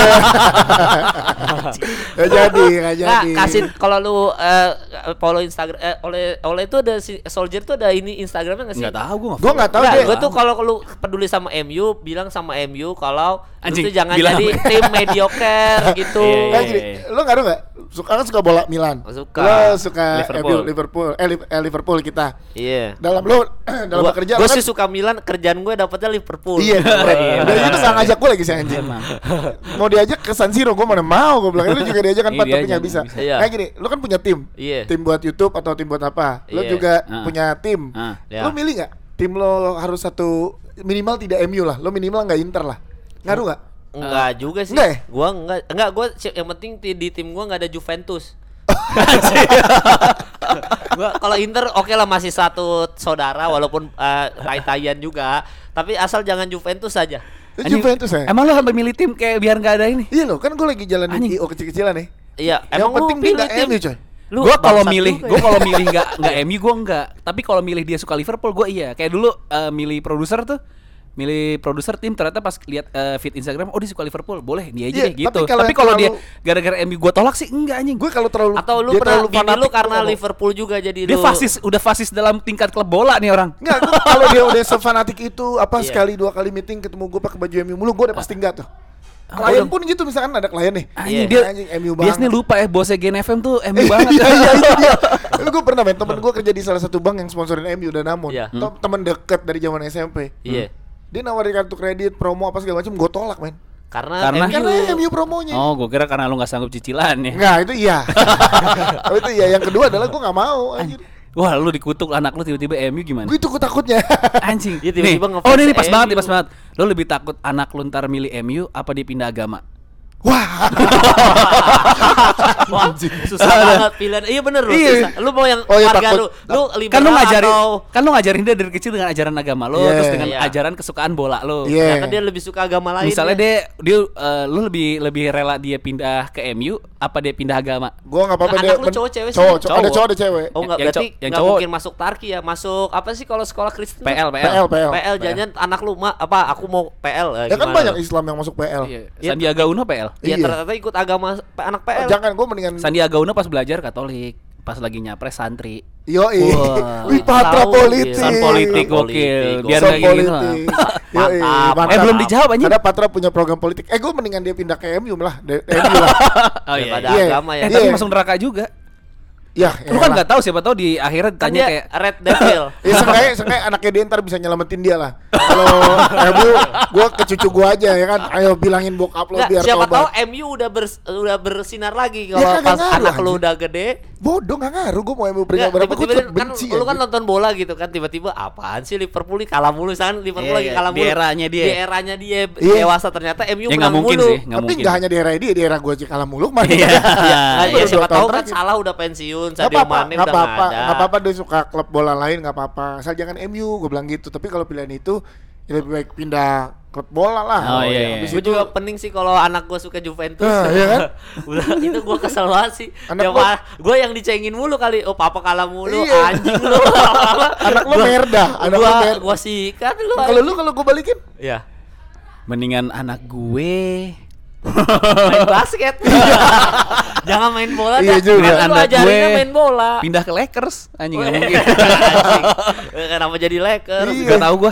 Nggak jadi. Nah, kasih kalau lu follow Instagram Ole itu ada si Soldier tuh ada ini Instagramnya nggak sih? Nggak tahu gue Gua nggak tahu Nggak, deh. gue tuh kalau lu peduli sama MU, bilang sama MU kalau lu Anjing, tuh jangan bilang jadi apa? tim mediocre gitu. Iya, Kayak gini, lo ngaruh nggak? Suka bola Milan. Suka. Lo suka Liverpool. Liverpool kita. Iya. Dalam dalam bekerja Gue lo kan- sih suka Milan, kerjaan gue dapetnya Liverpool. Iya. Udah itu nggak ngajak gue lagi sih anjing. Emang. Mau diajak ke San Siro, gue mana mau. Gue bilang lu juga diajak kan Iya, Pat, tapi diajak, nggak bisa. nggak bisa. Iya. Kayak gini, lu kan punya tim. Iya. Tim buat YouTube atau tim buat apa? Lu Iya. juga Ah. punya tim. Ya. Lu milih nggak? Tim lo harus satu minimal tidak MU lah. Lo minimal nggak Inter lah. Ngaruh nggak? Enggak juga sih. Enggak ya? Gua enggak gua yang penting di tim gua enggak ada Juventus. Gua kalau Inter oke lah masih satu saudara walaupun tai-taian juga, tapi asal jangan Juventus saja. Anjing, Juventus ya? Emang lo sampai milih tim kayak biar nggak ada ini? Iya lo, kan gue lagi jalan Anjing. IO kecil-kecilan nih. Iya, Yang emang lu penting dia pilih nggak tim. MU coy. Lu Gue kalau bangsat milih, juga gue ya. kalau milih nggak MU gue nggak. Tapi kalau milih dia suka Liverpool gue iya. Kayak dulu milih produser tuh, milih produser tim ternyata pas lihat feed Instagram, oh dia suka Liverpool, boleh dia aja Iya, deh gitu. tapi kalau Tapi yang kalau dia terlalu- gara-gara MU gue tolak sih enggak anjing. Gue kalau terlalu atau lu dia pernah terlalu milih lu fanatik, karena gua nggak mau. Liverpool juga jadi Dia lu udah fasis dalam tingkat klub bola nih orang. Enggak, kalau dia udah sefanatik itu apa Iya. sekali dua kali meeting ketemu gue pakai baju MU mulu, gue udah pasti enggak tuh. Ah, Klien udah. pun gitu, misalkan ada klien nih. Anjing Iya. dia Anjing, MU dia banget. sih lupa bosnya Gen FM tuh MU banget. Iya itu dia. Gue pernah main temen gue kerja di salah satu bank yang sponsorin MU dan namun Iya. temen deket dari zaman SMP. Iya. Dia nawarin kartu kredit, promo apa segala macam, gue tolak men. Karena Karena- MU Karena MU promonya. Oh, gue kira karena lu nggak sanggup cicilan ya. Enggak, itu iya. Oh, itu iya. Yang kedua adalah gue nggak mau. Anjir. Wah, lu dikutuk anak lu tiba-tiba MU gimana? Gue itu takutnya. Anjing. Iya, tiba-tiba Nih. ngefans Oh, ini pas banget, MU. pas banget. Lu lebih takut anak lu ntar milih MU apa dia pindah agama? Wah. Wah, susah banget pilihan. Iya bener lu. Iya. Susah. Lu mau yang Oh, iya, warga takut. lu Kan lu liberal ngajarin atau ngajarin dia dari kecil dengan ajaran agama lo, Iya. terus dengan Iya. ajaran kesukaan bola lo. Iya. ternyata dia lebih suka agama lain. Misalnya ya. dia lu lebih rela dia pindah ke MU apa dia pindah agama? Gue nggak apa-apa Nah, dia. anak lu cowok cewek sih? Cowok, Cowok. ada cowok ada cewek. Oh enggak, Yang berarti yang nggak cowok- mungkin masuk Tarki ya. Masuk apa sih kalau sekolah Kristen? tuh? PL. PL. jangan anak lu apa aku mau PL Ya kan gimana banyak lu? Islam yang masuk PL. Iya. Iya. Sandiaga Uno PL. Ya Iya. ternyata ikut agama anak PL. Jangan, gue mendingan Sandiaga Uno pas belajar Katolik, pas lagi nyapres santri. Yoi. Wah. Wih, patra Tahu, politik. iya. San politik Politik, gokil. gokil. Biar Soal enggak gini lah. politik. Yoi, Mantap. Eh belum dijawab anjing. Ada Patra punya program politik. Gue mendingan dia pindah ke MU lah. MU lah. Oh iya. Daripada Iya. agama ya. Tapi Iya. masuk neraka juga. Ya, Lu kan nggak tahu siapa tahu di akhirat Kan ditanya dia kayak Red Devil. Ya seenggaknya anaknya dia ntar bisa nyelamatin dia lah. Kalau MU, gue ke cucu gue aja ya kan. Ayo bilangin bokap lo Nggak, biar siapa tahu tobat. MU udah bersinar lagi Ya, kalau kagak pas ngaruh, anak lu anjing. udah gede. Bodoh, gak ngaruh. Gue mau MU Nggak, peringkat berapa, gue tiba-tiba tetep kan benci. lu kan anjing. nonton bola gitu kan tiba-tiba apaan sih Liverpool ini kalah mulu kan Liverpool Iya, lagi iya, kalah di mulu eranya dia. di eranya dia Iya. dewasa ternyata MU ya nggak menang mungkin mulu. sih, nggak Tapi mungkin. nggak hanya di era dia, di era gue aja kalah mulu. Mana? Iya. Nah, Baru ya siapa 2 tahun tahu kan terakhir. Salah udah pensiun, Gak Sadio apa-apa, Mane gak udah apa-apa, nggak ada. gak apa-apa dia suka klub bola lain gak apa-apa. Asal jangan MU, gue bilang gitu. Tapi kalau pilihan itu ya lebih baik pindah klub bola lah. Oh, iya, iya. Habis Gue itu- juga pening sih kalau anak gue suka Juventus. Iya kan? Udah itu gue kesel banget sih. Anak Gue yang dicengin mulu kali. Oh papa kalah mulu, Iya. anjing lu. Anak lu merda, anak lu merda. Gue sikat lu. Kalau gue balikin, ya Mendingan anak gue main basket. Jangan main bola. Iya dah. juga. Kan lu Anak ajarinnya gue main bola. pindah ke Lakers. Anjing nggak Weh. mungkin. Anjing. Kenapa jadi Lakers? Iya. Gak tahu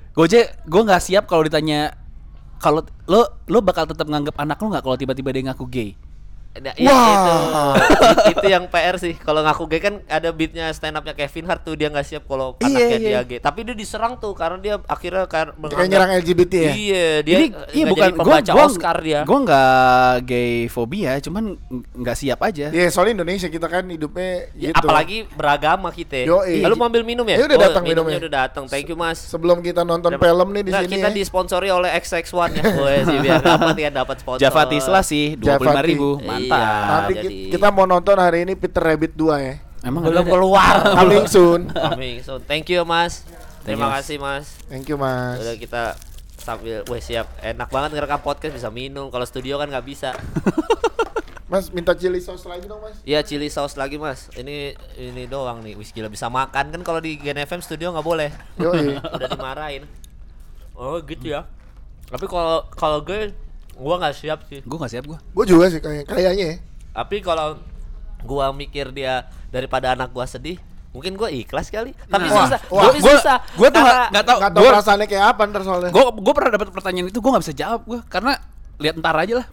gue nggak siap kalau ditanya kalau lo bakal tetap nganggap anak lo nggak kalau tiba-tiba dia ngaku gay. Nah, ya, Wah. itu yang PR sih. Kalau ngaku gay kan ada beatnya stand upnya Kevin Hart tuh dia nggak siap kalau Iya, anaknya iya. dia gay. Tapi dia diserang tuh karena dia akhirnya kayak menganggap- nyerang LGBT ya. Iya, dia Ini nggak bukan jadi pembaca Oscar dia. Gue nggak gay fobia, cuman nggak siap aja. Iya, soalnya Indonesia kita kan hidupnya Ya, gitu. apalagi beragama kita. Yoi. Lalu mau ambil minum ya? Ya udah datang minumnya. Udah datang. Thank you Mas. Sebelum kita nonton film nih di Nggak, sini kita ya. disponsori oleh XX1 ya. Woi, sih biar dapat ya dapat sponsor. Java Tisla sih 25.000, Iya. mantap. Nanti jadi- kita mau nonton hari ini Peter Rabbit 2 ya. Emang belum udah ada? keluar. Coming soon. Coming soon. Thank you Mas. Thank Terima you, Mas. kasih Mas. Thank you, Mas. Udah kita sambil weh siap, enak banget ngerekam podcast bisa minum. Kalau studio kan nggak bisa. Mas minta chili sauce lagi dong Mas. Iya chili sauce lagi Mas. Ini doang nih. Wis gila bisa makan kan kalau di Gen FM studio nggak boleh. Yoi. Udah dimarahin. Oh gitu ya. Tapi kalau gua nggak siap sih. Gue nggak siap gue. Gue juga sih kayaknya ya. Tapi kalau gua mikir dia daripada anak gua sedih, mungkin gua ikhlas kali. Tapi Nah. susah. Wah, Tapi Gue susah. tuh Karena- nggak tahu. Gak tau perasaannya kayak apa ntar soalnya. Gue pernah dapat pertanyaan itu gue nggak bisa jawab gue karena lihat ntar aja lah.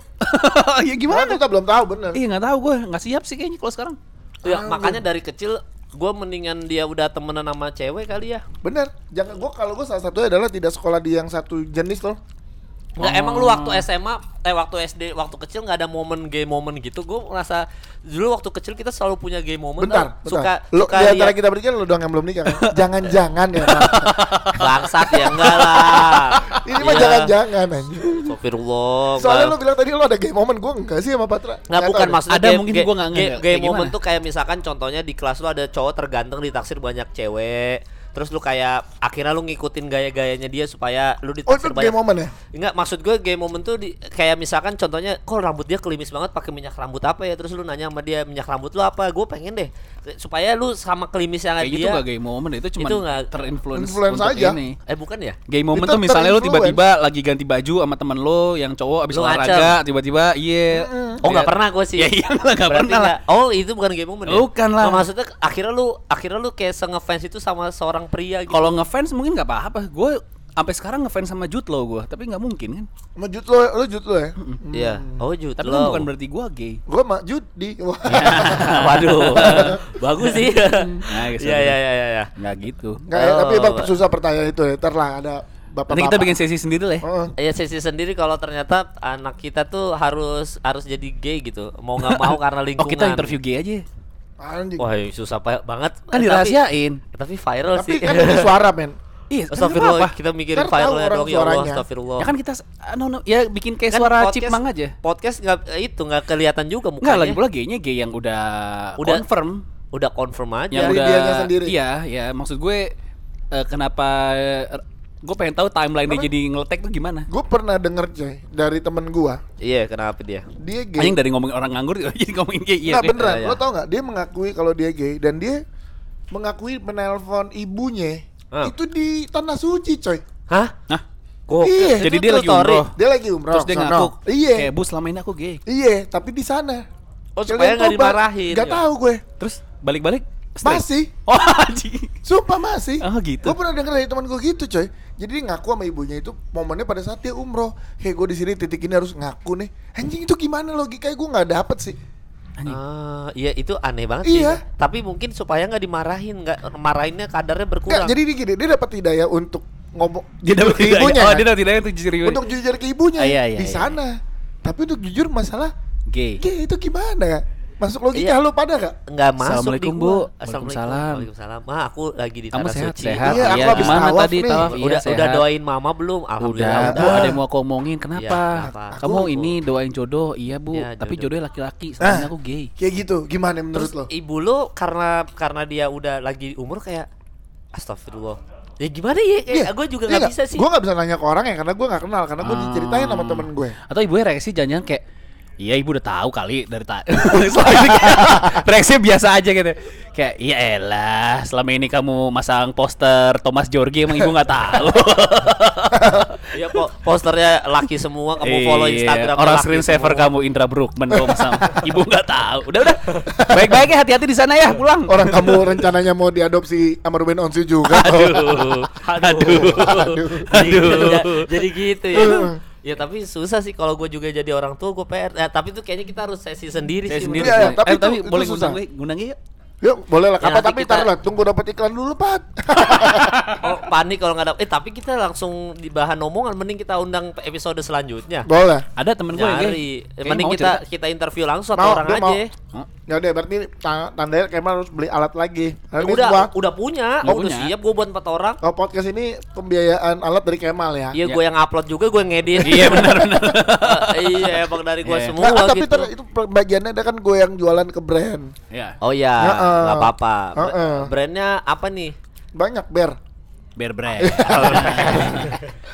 Ya Gimana? gimana? Kita belum tahu bener. Iya nggak tahu gue nggak siap sih kayaknya kalau sekarang. Ya, makanya dari kecil gua mendingan dia udah temenan sama cewek kali ya. Bener. Jangan kalau gue salah satunya adalah tidak sekolah di yang satu jenis loh. Enggak, emang lu waktu SMA, waktu SD, waktu kecil nggak ada momen gay momen gitu. Gue merasa dulu waktu kecil kita selalu punya gay momen. Bentar, Suka Lo di antara liat- kita bertiga lo doang yang belum nikah kan? Jangan-jangan ya. Mas. bangsat ya enggak lah. Ini mah Iya. jangan-jangan anjing. Astagfirullah. Soalnya Bang. lo bilang tadi lo ada gay moment, gue enggak sih sama Patra. Nggak bukan tahu deh. maksudnya Ada mungkin gua nggak ngerti. gay Kayak moment gimana? tuh kayak misalkan contohnya di kelas lu ada cowok terganteng ditaksir banyak cewek. Terus lu kayak akhirnya lu ngikutin gaya-gayanya dia supaya lu Oh ditaksir itu gay banyak. moment ya? Enggak, maksud gue gay moment tuh kayak misalkan contohnya kok rambut dia kelimis banget pakai minyak rambut apa ya, terus lu nanya sama dia minyak rambut lu apa, gue pengen deh supaya lu sama kelimis yang Kayak dia. gitu gak gay moment itu cuma Itu nggak- terinfluence Influence untuk aja. ini. Bukan ya? Gay moment Itu tuh misalnya lu terinfluence. tiba-tiba lagi ganti baju sama temen lu yang cowok abis Lu olahraga tiba-tiba iya. Oh nggak pernah gue sih. Ya iyalah nggak Berarti pernah lah. nggak- Oh itu bukan gay moment ya? Bukan lah. Oh, maksudnya akhirnya lu kayak ngefans itu sama seorang pria gitu. Kalau ngefans mungkin nggak apa-apa. Gue sampai sekarang ngefans sama Jude Law gue, tapi nggak mungkin kan. Sama Jut lo Jut lo ya? Iya. Oh Jude Tapi Law. kan bukan berarti gue gay. Gue sama Judi. Wah. Waduh. Bagus sih. Nah, Iya. Nggak gitu. Nggak ya, tapi Oh. emang susah pertanyaan itu ya. Ntar lah ada bapak-bapak. Nanti kita bikin sesi sendiri lah ya. Heeh. Ya sesi sendiri kalau ternyata anak kita tuh harus jadi gay gitu. Mau nggak mau karena lingkungan. Oh kita interview gay aja. Anjing. Wah susah banget. Kan dirahasiain. Tapi viral Tapi sih. kan ada suara men. Iya, kan Astagfirullah, apa? kita mikirin Ntar tahu viralnya orang dong ya Allah, suaranya. astagfirullah. Ya kan kita ya bikin kayak Kan suara podcast- chipmunk aja. Podcast nggak kelihatan juga Enggak, mukanya. lagi pula gaynya gay yang udah confirm. Udah confirm aja. Yang Dari udah dianya sendiri. Iya, ya maksud gue kenapa gue pengen tahu timeline dia jadi ngeletek tuh gimana. Gue pernah denger coy dari temen gue. Iya, kenapa dia? Dia gay. Anjing dari ngomongin orang nganggur jadi ngomongin gay. Iya. Nggak oke. beneran, Iya. lo tau nggak? Dia mengakui kalau dia gay dan dia mengakui menelpon ibunya itu di tanah suci, coy. Hah? Nah, Iya. jadi Itu dia true lagi story. umroh. Dia lagi umroh. Terus dia sono. ngaku, Iya. kayak Bu selama ini aku gay. Iya, tapi di sana. Oh, supaya nggak dimarahin. Gak tahu gue. Terus balik-balik straight. Masih. Oh anjing. Sumpah masih. Oh, gitu. Gue pernah denger dari teman gue gitu, coy. Jadi dia ngaku sama ibunya itu momennya pada saat dia umroh. Kayak gue di sini titik ini harus ngaku nih. Anjing itu gimana logikanya gue nggak dapet sih. Anjing. Iya itu aneh banget sih. Iya. Tapi mungkin supaya nggak dimarahin, nggak marahinnya kadarnya Nggak, berkurang. jadi dia gini, dia dapat hidayah untuk ngomong Dia jujur dapat ke hidayah. ibunya. Oh, kan? dia dapat hidayah untuk jujur Untuk jujur ke ibunya Iya, iya, di iya. sana. Tapi untuk jujur masalah gay. gay itu gimana? Masuk logika Iya. lu pada gak? Nggak masuk di Assalamualaikum, gua. Bu. Assalamualaikum. Waalaikumsalam. Waalaikumsalam. Ma, aku lagi di Kamu tanah sehat, suci. sehat. Iya, aku habis gimana tawaf tadi nih. tawaf? Iya, udah sehat. doain mama belum? Alhamdulillah Udah, udah. Bu, ada yang mau aku omongin. Kenapa? Iya, kenapa? Kamu Aku- ini doain jodoh. Iya, Bu. Iya, Tapi jodoh. jodohnya laki-laki. Soalnya aku gay. Kayak gitu. Gimana menurut Terus lo? ibu lu karena dia udah lagi umur kayak astagfirullah. Ya gimana ya? Kayak gue juga nggak bisa sih. Gue nggak bisa nanya ke orang ya karena gue nggak kenal karena gue diceritain sama temen gue. Atau ibunya reaksi jangan kayak iya ibu udah tahu kali dari tadi. Reaksinya biasa aja gitu. Kayak iya elah selama ini kamu masang poster Thomas Jorge emang ibu nggak tahu. Iya posternya laki semua kamu follow Iya, Instagram orang laki screensaver semua. kamu Indra Brookman kamu masang. Ibu nggak tahu. Udah baik-baik ya hati-hati di sana ya pulang. Orang kamu rencananya mau diadopsi sama Ruben Onsu juga. Jadi gitu ya. Ya tapi susah sih kalau gue juga jadi orang tua gue PR. Tapi itu kayaknya kita harus sesi sendiri Saya sih. sendiri. Iya, menurut tapi gue. itu boleh susah. ngundang yuk. Yuk boleh lah. Ya, Apa nanti tapi kita- taruh lah. Tunggu dapat iklan dulu Pat. Oh, panik kalau nggak ada. Tapi kita langsung di bahan omongan. Mending kita undang episode selanjutnya. Boleh. Ada temen gue yang gay. Nyari. Kayaknya Mending mau kita interview langsung Mau, atau orang dia aja. mau. Ya udah berarti tandanya Kemal harus beli alat lagi. Nah, ini Udah gua, udah punya. Udah Udah punya. siap gue buat 4 orang. kalau podcast ini pembiayaan alat dari Kemal ya. Iya Ya. gue yang upload juga gue ngedit. Iya benar-benar. Iya emang dari gue Iya. semua Nah, tapi gitu. itu bagiannya ada kan gue yang jualan ke brand. Ya. Oh iya, Heeh. nggak apa-apa. Heeh. Brandnya apa nih? Banyak ber. Bear brand.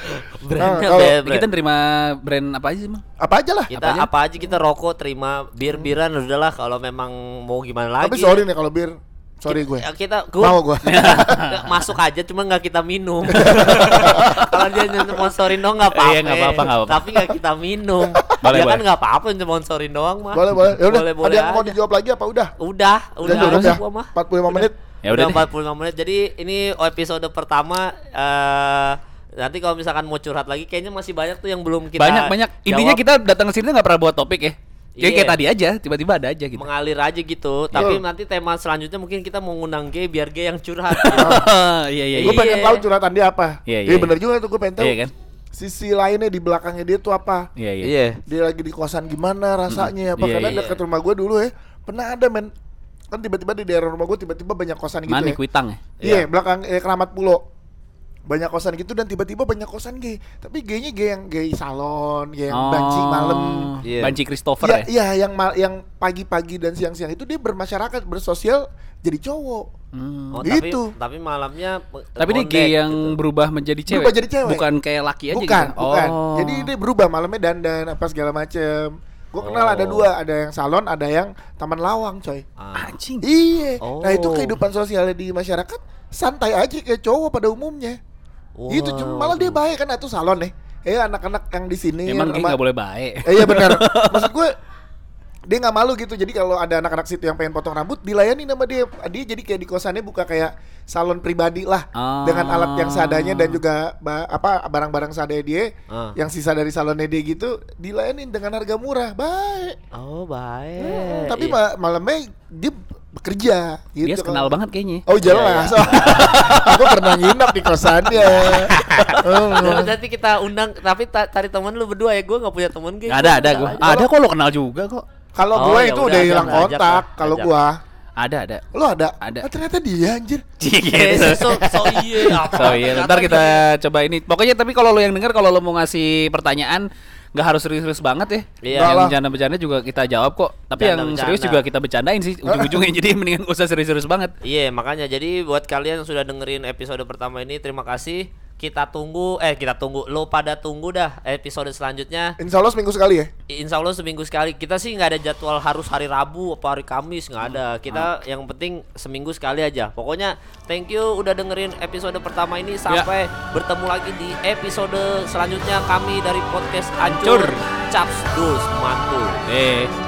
Brandnya kalau beda. Kita nerima brand apa aja sih, Bang? apa aja lah. Kita apa aja kita rokok terima, bir-biran udahlah kalau memang mau gimana lagi. Tapi sorry nih kalau bir, sorry gue. Mau gue. Nggak masuk aja cuma nggak kita minum. Kalau dia sponsorin doang nggak apa-apa. Iya, nggak apa-apa. Tapi nggak kita minum. Boleh, Ya kan boleh. nggak apa-apa sponsorin doang mah. Boleh. Ya udah. Boleh Ada yang mau aja. dijawab lagi apa udah? Udah cukup ya. gua mah. 45 menit. Ya udah Udah deh. 45 menit. Jadi ini episode pertama nanti kalau misalkan mau curhat lagi kayaknya masih banyak tuh yang belum kita Banyak. Intinya jawab. kita datang ke sini nggak pernah buat topik ya. Kayak Iya. tadi aja, tiba-tiba ada aja gitu. mengalir aja gitu. Tapi nanti tema selanjutnya mungkin kita mau ngundang G biar G yang curhat. Iya. Gue pengen tahu curhatan dia apa. Iya. Iya bener juga tuh gue pengen tahu. Iya kan? Sisi lainnya di belakangnya dia tuh apa? Iya. Dia lagi di kosan gimana rasanya? Apa Iya, karena iya. dekat rumah gue dulu ya. Pernah ada men. Kan tiba-tiba di daerah rumah gue tiba-tiba banyak kosan gitu Mana ya. Kuitang ya? Iya, belakang Keramat Pulau. Banyak kosan gitu dan tiba-tiba banyak kosan gay. Tapi gaynya gay yang gay salon, gay yang banci malam. Iya. Banci Christopher Iya, ya? iya yang pagi-pagi dan siang-siang itu dia bermasyarakat, bersosial jadi cowok. Oh, Gitu. tapi malamnya Tapi dia ngondek gay yang gitu. berubah menjadi cewek. Berubah jadi cewek. Bukan kayak laki aja Bukan, gitu. bukan. Oh. Jadi dia berubah malamnya dandan apa segala macem. Gue kenal ada dua, ada yang salon, ada yang taman lawang, coy. Anjing. Iya. Oh. Nah itu kehidupan sosialnya di masyarakat santai aja kayak cowok pada umumnya. Gitu cuma malah dia baik kan itu salon nih. Anak-anak yang di sini Emang yang gay nggak boleh baik. Iya benar. Maksud gue dia nggak malu gitu. Jadi kalau ada anak-anak situ yang pengen potong rambut dilayani sama dia. Dia jadi kayak di kosannya buka kayak salon pribadi lah dengan alat yang seadanya dan juga barang-barang seadanya dia yang sisa dari salonnya dia gitu dilayani dengan harga murah. Baik. Oh, baik. Tapi Iya. malamnya dia bekerja gitu. Dia kenal banget kayaknya. Oh jelas. Aku pernah nginep di kosannya. Nanti kita undang tapi cari teman lu berdua ya. Gue nggak punya teman gay. Ada gue. Ada kok lo kenal juga kok. Kalau Oh, gue ya itu udah, udah ajak hilang lah, ajak kontak. lah, Kalau ajak. gua, Ada. lo ada? Ada. Ah, ternyata dia anjir. Gitu. So iya. So iya, ntar kita coba ini. Pokoknya tapi kalau lo yang denger, kalau lo mau ngasih pertanyaan nggak harus serius banget ya. Iya. Yang Lah. bercanda-bercanda juga kita jawab kok. Tapi yang Bercanda-bercanda. serius juga kita bercandain sih ujung-ujungnya. Jadi mendingan gak usah serius-serius banget. Iya, makanya jadi buat kalian yang sudah dengerin episode pertama ini terima kasih. Kita tunggu lo pada tunggu dah episode selanjutnya. Insya Allah seminggu sekali ya. Insya Allah seminggu sekali. Kita sih nggak ada jadwal harus hari Rabu apa hari Kamis, nggak ada. Kita yang penting seminggu sekali aja. Pokoknya thank you udah dengerin episode pertama ini. Sampai bertemu lagi di episode selanjutnya kami dari podcast Ancur Caps Dus Mantul.